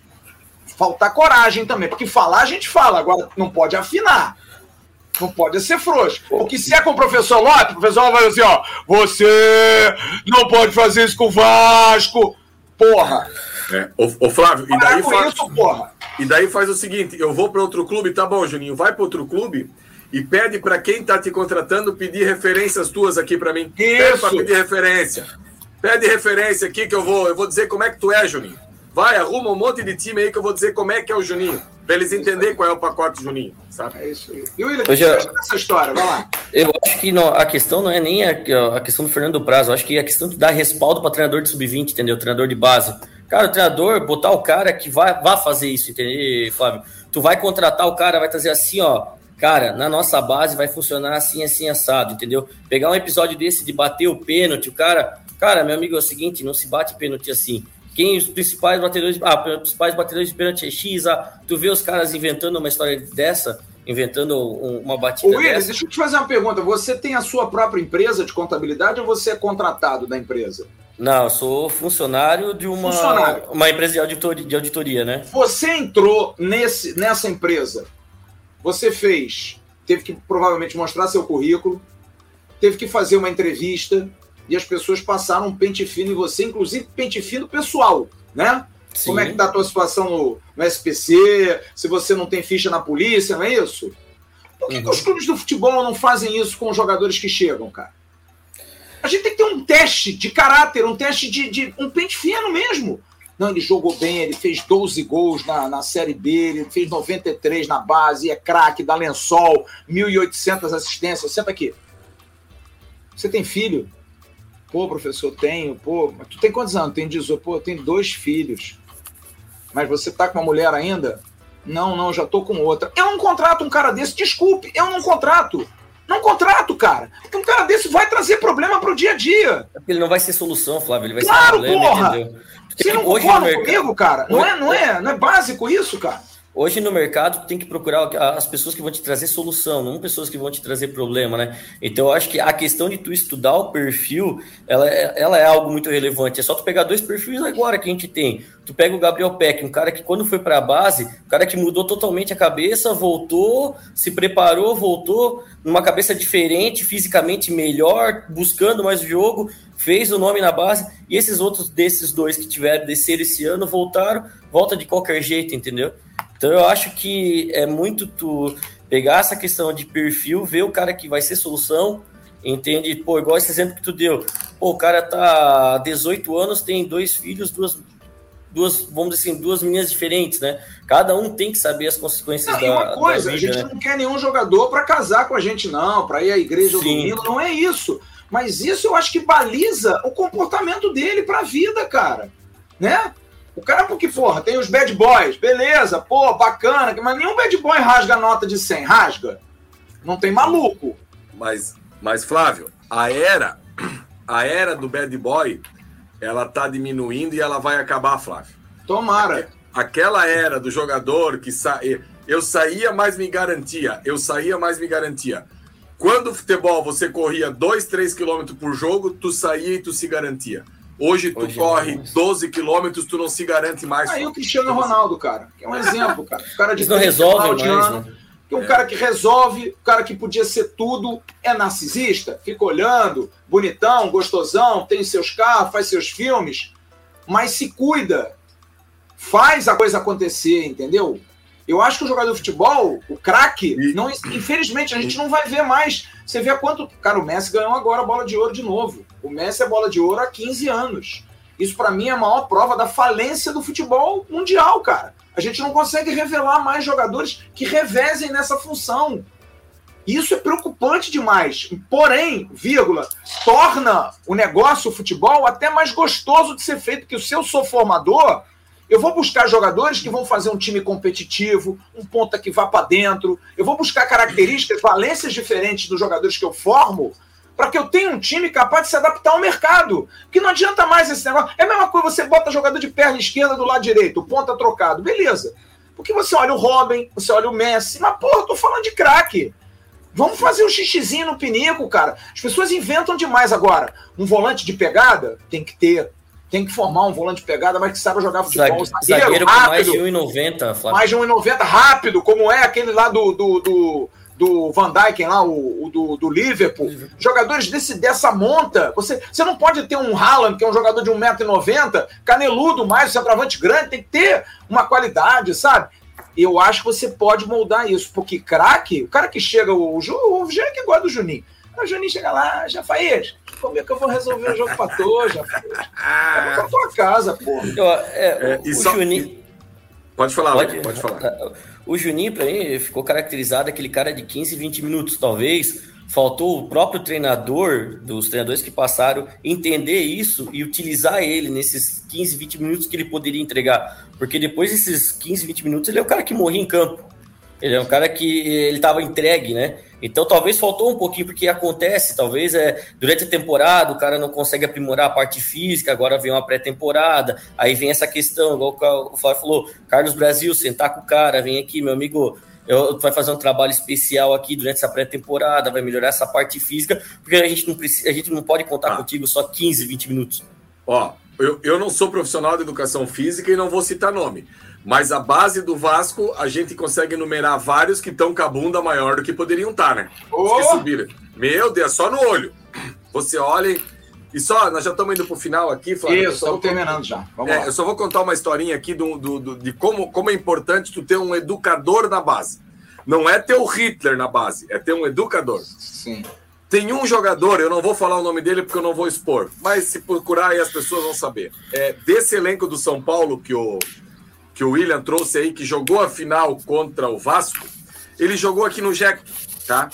[SPEAKER 1] Faltar coragem também, porque falar a gente fala, agora não pode afinar. Não pode ser frouxo. Porque se é com o professor Lopes, o professor vai dizer, ó, você não pode fazer isso com o Vasco. Porra.
[SPEAKER 2] É. Ô, ô Flávio, e daí, faz...
[SPEAKER 1] isso, porra.
[SPEAKER 2] e daí faz o seguinte, eu vou para outro clube, tá bom, Juninho, vai para outro clube e pede para quem tá te contratando pedir referências tuas aqui para mim.
[SPEAKER 1] Isso.
[SPEAKER 2] Pede para pedir referência. Pede referência aqui que eu vou, eu vou dizer como é que tu é, Juninho. Vai, arruma um monte de time aí que eu vou dizer como é que é o Juninho. Pra eles entenderem qual é o pacote Juninho, sabe? É isso aí. E o William, o que você acha dessa história? Vai lá.
[SPEAKER 3] Eu acho que não, a questão não é nem a, a questão do Fernando Praz. Eu acho que a questão de dar respaldo para treinador de sub vinte, entendeu? Treinador de base. Cara, o treinador, botar o cara que vai, vai fazer isso, entendeu, Flávio? Tu vai contratar o cara, vai trazer assim, ó. Cara, na nossa base vai funcionar assim, assim, assado, entendeu? Pegar um episódio desse de bater o pênalti, o cara... Cara, meu amigo, é o seguinte, não se bate pênalti assim. Quem os principais batedores, ah, os principais batedores de pênalti é X, ah, tu vê os caras inventando uma história dessa, inventando uma batida
[SPEAKER 1] Ô, William,
[SPEAKER 3] dessa.
[SPEAKER 1] Deixa eu te fazer uma pergunta. Você tem a sua própria empresa de contabilidade ou você é contratado da empresa?
[SPEAKER 3] Não, eu sou funcionário de uma, funcionário. uma empresa de auditoria, de auditoria, né?
[SPEAKER 1] Você entrou nesse, nessa empresa, você fez, teve que provavelmente mostrar seu currículo, teve que fazer uma entrevista... E as pessoas passaram um pente fino em você, inclusive pente fino pessoal, né? Sim. Como é que tá a tua situação no, no S P C, se você não tem ficha na polícia, não é isso? Por que, uhum. que os clubes do futebol não fazem isso com os jogadores que chegam, cara? A gente tem que ter um teste de caráter, um teste de, de um pente fino mesmo. Não, ele jogou bem, ele fez doze gols na, na Série B, ele fez noventa e três na base, é craque, dá lençol, mil e oitocentas assistências. Senta aqui. Você tem filho? Pô, professor, tenho. Pô, mas tu tem quantos anos? Tem dezoito. Pô, eu tenho dois filhos. Mas você tá com uma mulher ainda? Não, não, já tô com outra. Eu não contrato um cara desse. Desculpe, eu não contrato. Não contrato, cara. Porque um cara desse vai trazer problema pro dia a dia.
[SPEAKER 3] Ele não vai ser solução, Flávio. Ele vai
[SPEAKER 1] claro,
[SPEAKER 3] ser problema,
[SPEAKER 1] porra!
[SPEAKER 3] entendeu?
[SPEAKER 1] Você não
[SPEAKER 3] hoje
[SPEAKER 1] concorda
[SPEAKER 3] mercado...
[SPEAKER 1] comigo, cara? Não é, não, é, não é básico isso, cara?
[SPEAKER 3] Hoje no mercado tem que procurar as pessoas que vão te trazer solução, não pessoas que vão te trazer problema, né? Então eu acho que a questão de tu estudar o perfil, ela é, ela é algo muito relevante. É só tu pegar dois perfis agora que a gente tem. Tu pega o Gabriel Peck, um cara que quando foi para a base, um cara que mudou totalmente a cabeça, voltou, se preparou, voltou numa cabeça diferente, fisicamente melhor, buscando mais o jogo, fez o nome na base, e esses outros desses dois que tiveram descer esse ano voltaram, volta de qualquer jeito, entendeu? Então eu acho que é muito tu pegar essa questão de perfil, ver o cara que vai ser solução, entende? Pô, igual esse exemplo que tu deu. Pô, o cara tá há dezoito anos, tem dois filhos, duas, duas, vamos dizer assim, duas meninas diferentes, né? Cada um tem que saber as consequências não, da,
[SPEAKER 1] uma coisa,
[SPEAKER 3] da vida,
[SPEAKER 1] a gente
[SPEAKER 3] né?
[SPEAKER 1] não quer nenhum jogador para casar com a gente, não, para ir à igreja domingo, não é isso. Mas isso eu acho que baliza o comportamento dele para a vida, cara, né? O cara, porque, porra, tem os bad boys, beleza, pô, bacana, mas nenhum bad boy rasga a nota de cem, rasga. Não tem maluco.
[SPEAKER 2] Mas, mas Flávio, a era, a era do bad boy, ela tá diminuindo e ela vai acabar, Flávio.
[SPEAKER 1] Tomara.
[SPEAKER 2] Aquela era do jogador que sa... eu saía, mas me garantia, eu saía, mas me garantia. Quando o futebol você corria dois, três quilômetros por jogo, tu saía e tu se garantia. Hoje tu Hoje corre não, mas... doze quilômetros, tu não se garante mais.
[SPEAKER 1] Aí o Cristiano Ronaldo, cara, que é um exemplo, cara. O cara de
[SPEAKER 3] Eles não resolve mais,
[SPEAKER 1] ano,
[SPEAKER 3] né?
[SPEAKER 1] Que um
[SPEAKER 2] é.
[SPEAKER 1] cara que resolve, o cara que podia ser tudo, é narcisista, fica olhando, bonitão, gostosão, tem seus carros, faz seus filmes, mas se cuida, faz a coisa acontecer, entendeu? Eu acho que o jogador de futebol, o craque, não, infelizmente a gente não vai ver mais. Você vê quanto... Cara, o Messi ganhou agora a bola de ouro de novo. O Messi é bola de ouro há quinze anos. Isso, para mim, é a maior prova da falência do futebol mundial, cara. A gente não consegue revelar mais jogadores que revezem nessa função. Isso é preocupante demais. Porém, vírgula, torna o negócio, o futebol, até mais gostoso de ser feito, porque se eu sou formador... Eu vou buscar jogadores que vão fazer um time competitivo, um ponta que vá para dentro. Eu vou buscar características, valências diferentes dos jogadores que eu formo, para que eu tenha um time capaz de se adaptar ao mercado. Porque não adianta mais esse negócio. É a mesma coisa, você bota jogador de perna esquerda do lado direito, o ponta trocado. Beleza. Porque você olha o Robin, você olha o Messi. Mas, porra, eu tô falando de craque. Vamos fazer um xixizinho no pinico, cara. As pessoas inventam demais agora. Um volante de pegada tem que ter. Tem que formar um volante de pegada, mas que saiba jogar futebol.
[SPEAKER 3] Zagueiro, zagueiro rápido, com mais de um e noventa, Flávio.
[SPEAKER 1] Mais de um e noventa, rápido, como é aquele lá do, do, do, do Van Dijk, lá, o, o do, do Liverpool. Jogadores desse, dessa monta. Você, você não pode ter um Haaland, que é um jogador de um metro e noventa, caneludo mais, centroavante grande, tem que ter uma qualidade, sabe? Eu acho que você pode moldar isso, porque craque, o cara que chega, o, o, o Jean que gosta do Juninho. O Juninho chega lá, já faz. Como é que eu vou resolver o jogo pra tu, já faz? É pra tua casa, porra.
[SPEAKER 3] Eu, é, o,
[SPEAKER 2] é,
[SPEAKER 3] o
[SPEAKER 2] só...
[SPEAKER 3] Juninho...
[SPEAKER 2] Pode falar, pode, pode falar.
[SPEAKER 3] O Juninho, pra mim, ficou caracterizado aquele cara de quinze, vinte minutos, talvez. Faltou o próprio treinador, dos treinadores que passaram, entender isso e utilizar ele nesses quinze, vinte minutos que ele poderia entregar. Porque depois desses quinze, vinte minutos, ele é o cara que morria em campo. Ele é um cara que ele estava entregue, né? Então talvez faltou um pouquinho, porque acontece, talvez é durante a temporada o cara não consegue aprimorar a parte física, agora vem uma pré-temporada, aí vem essa questão, igual o Flávio falou, Carlos Brasil, sentar com o cara, vem aqui, meu amigo, eu, tu vai fazer um trabalho especial aqui durante essa pré-temporada, vai melhorar essa parte física, porque a gente não, precisa, a gente não pode contar ah. contigo só quinze, vinte minutos.
[SPEAKER 2] Ó, eu, eu não sou profissional de educação física e não vou citar nome. Mas a base do Vasco, a gente consegue enumerar vários que estão com a bunda maior do que poderiam estar, né?
[SPEAKER 1] Oh!
[SPEAKER 2] Que subiram. Meu Deus, só no olho. Você olha e só, nós já estamos indo para o final aqui, Flávio.
[SPEAKER 1] Isso, estamos terminando já. Vamos
[SPEAKER 2] é,
[SPEAKER 1] lá.
[SPEAKER 2] Eu só vou contar uma historinha aqui do, do, do, de como, como é importante tu ter um educador na base. Não é ter o Hitler na base, é ter um educador.
[SPEAKER 1] Sim.
[SPEAKER 2] Tem um jogador, eu não vou falar o nome dele porque eu não vou expor, mas se procurar aí as pessoas vão saber. É, desse elenco do São Paulo que o... que o William trouxe aí, que jogou a final contra o Vasco, ele jogou aqui no J E C, tá?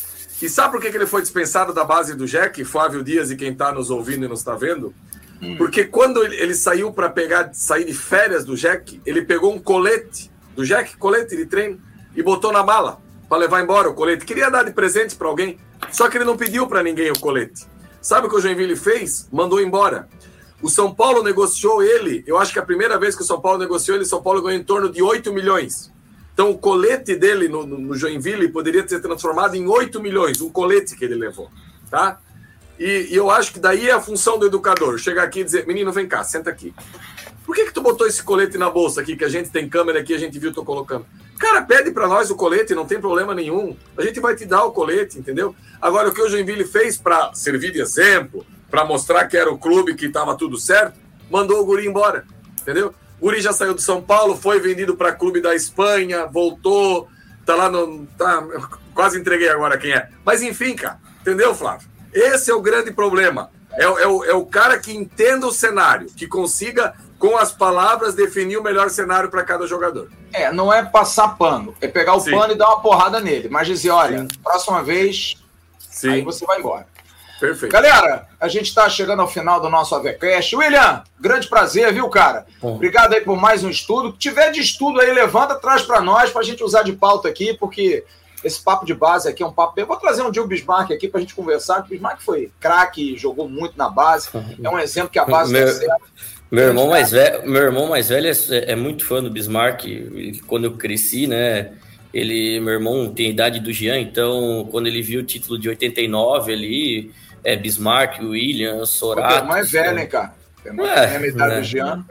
[SPEAKER 2] E sabe por que ele foi dispensado da base do J E C, Flávio Dias e quem está nos ouvindo e nos está vendo? Hum. Porque quando ele, ele saiu para pegar, sair de férias do J E C, ele pegou um colete do J E C, colete de treino, e botou na mala para levar embora o colete. Queria dar de presente para alguém. Só que ele não pediu para ninguém o colete. Sabe o que o Joinville fez? Mandou embora. O São Paulo negociou ele, eu acho que a primeira vez que o São Paulo negociou ele, o São Paulo ganhou em torno de oito milhões. Então o colete dele no, no, no Joinville poderia ser transformado em oito milhões, um colete que ele levou, tá? E, e eu acho que daí é a função do educador, chegar aqui e dizer, menino, vem cá, senta aqui. Por que que tu botou esse colete na bolsa aqui, que a gente tem câmera aqui, a gente viu, tô colocando? Cara, pede para nós o colete, não tem problema nenhum. A gente vai te dar o colete, entendeu? Agora, o que o Joinville fez para servir de exemplo, para mostrar que era o clube que estava tudo certo, mandou o guri embora, entendeu? O guri já saiu do São Paulo, foi vendido para clube da Espanha, voltou, tá lá no... Tá, quase entreguei agora quem é. Mas enfim, cara, entendeu, Flávio? Esse é o grande problema. É, é, o, é o cara que entenda o cenário, que consiga, com as palavras, definir o melhor cenário para cada jogador.
[SPEAKER 1] É, não é passar pano, é pegar o Sim. pano e dar uma porrada nele, mas dizer, olha, Sim. próxima vez, Sim. aí você vai embora.
[SPEAKER 2] Perfeito.
[SPEAKER 1] Galera, a gente está chegando ao final do nosso AVCast. William, grande prazer, viu, cara? Bom. Obrigado aí por mais um estudo. Se tiver de estudo aí, levanta, traz para nós, para a gente usar de pauta aqui, porque esse papo de base aqui é um papo... Eu vou trazer um dia o Bismarck aqui para a gente conversar, porque o Bismarck foi craque, jogou muito na base, é um exemplo que a base
[SPEAKER 3] meu,
[SPEAKER 1] tá certa.
[SPEAKER 3] Meu irmão, mais velho, meu irmão mais velho é, é muito fã do Bismarck. Quando eu cresci, né... Ele, meu irmão tem a idade do Jean, então quando ele viu o título de oitenta e nove ali, é Bismarck, William, Sorato...
[SPEAKER 1] O mais velho, hein, cara? Tem uma é, a idade né? do Jean.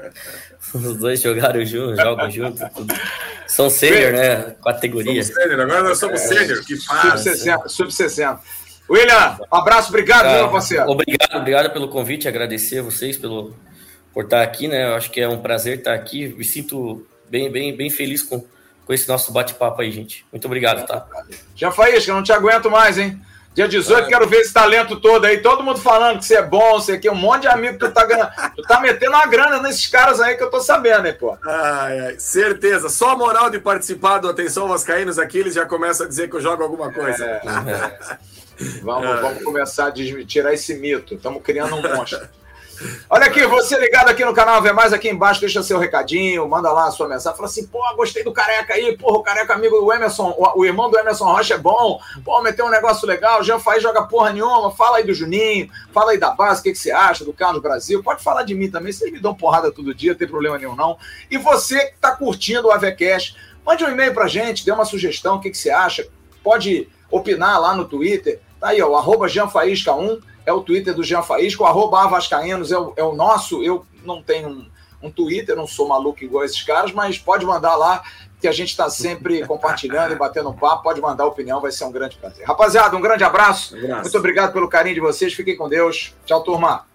[SPEAKER 3] Os dois jogaram juntos, jogam juntos. Tudo. São sênior, né? Categoria.
[SPEAKER 2] Somos sênior, agora nós somos é, sênior, que faz.
[SPEAKER 1] sub sessenta. William, um abraço, obrigado,
[SPEAKER 3] ah,
[SPEAKER 1] meu parceiro.
[SPEAKER 3] Obrigado, obrigado pelo convite, agradecer a vocês pelo, por estar aqui, né? Eu acho que é um prazer estar aqui, me sinto bem, bem, bem feliz com, com esse nosso bate-papo aí, gente. Muito obrigado, tá?
[SPEAKER 1] Já Faísca, eu não te aguento mais, hein? Dia dezoito, é. Quero ver esse talento todo aí. Todo mundo falando que você é bom, você aqui, um monte de amigo que tu tá ganhando. Tu tá metendo uma grana nesses caras aí que eu tô sabendo, hein, pô?
[SPEAKER 2] Ai, ai, certeza. Só a moral de participar do Atenção Vascaínos aqui, eles já começam a dizer que eu jogo alguma coisa. É,
[SPEAKER 1] é. Vamos, é. vamos começar a tirar esse mito. Estamos criando um monstro. Olha aqui, você ligado aqui no canal Vê Mais, aqui embaixo, deixa seu recadinho, manda lá a sua mensagem, fala assim, pô, gostei do Careca aí, porra, o Careca amigo do Emerson, o, o irmão do Emerson Rocha é bom, pô, meteu um negócio legal, o Jean Faí joga porra nenhuma, fala aí do Juninho, fala aí da base, o que, que você acha do Carlos Brasil, pode falar de mim também, vocês me dão porrada todo dia, não tem problema nenhum não, e você que tá curtindo o AVCast, mande um e-mail pra gente, dê uma sugestão, o que, que você acha, pode opinar lá no Twitter, tá aí, ó, arroba Jean Faísca um, é o Twitter do Jean Faísca, o arroba Avascaínos é o, é o nosso, eu não tenho um, um Twitter, não sou maluco igual esses caras, mas pode mandar lá, que a gente está sempre compartilhando e batendo um papo, pode mandar opinião, vai ser um grande prazer. Rapaziada, um grande abraço, um abraço. Muito obrigado pelo carinho de vocês, fiquem com Deus, tchau, turma.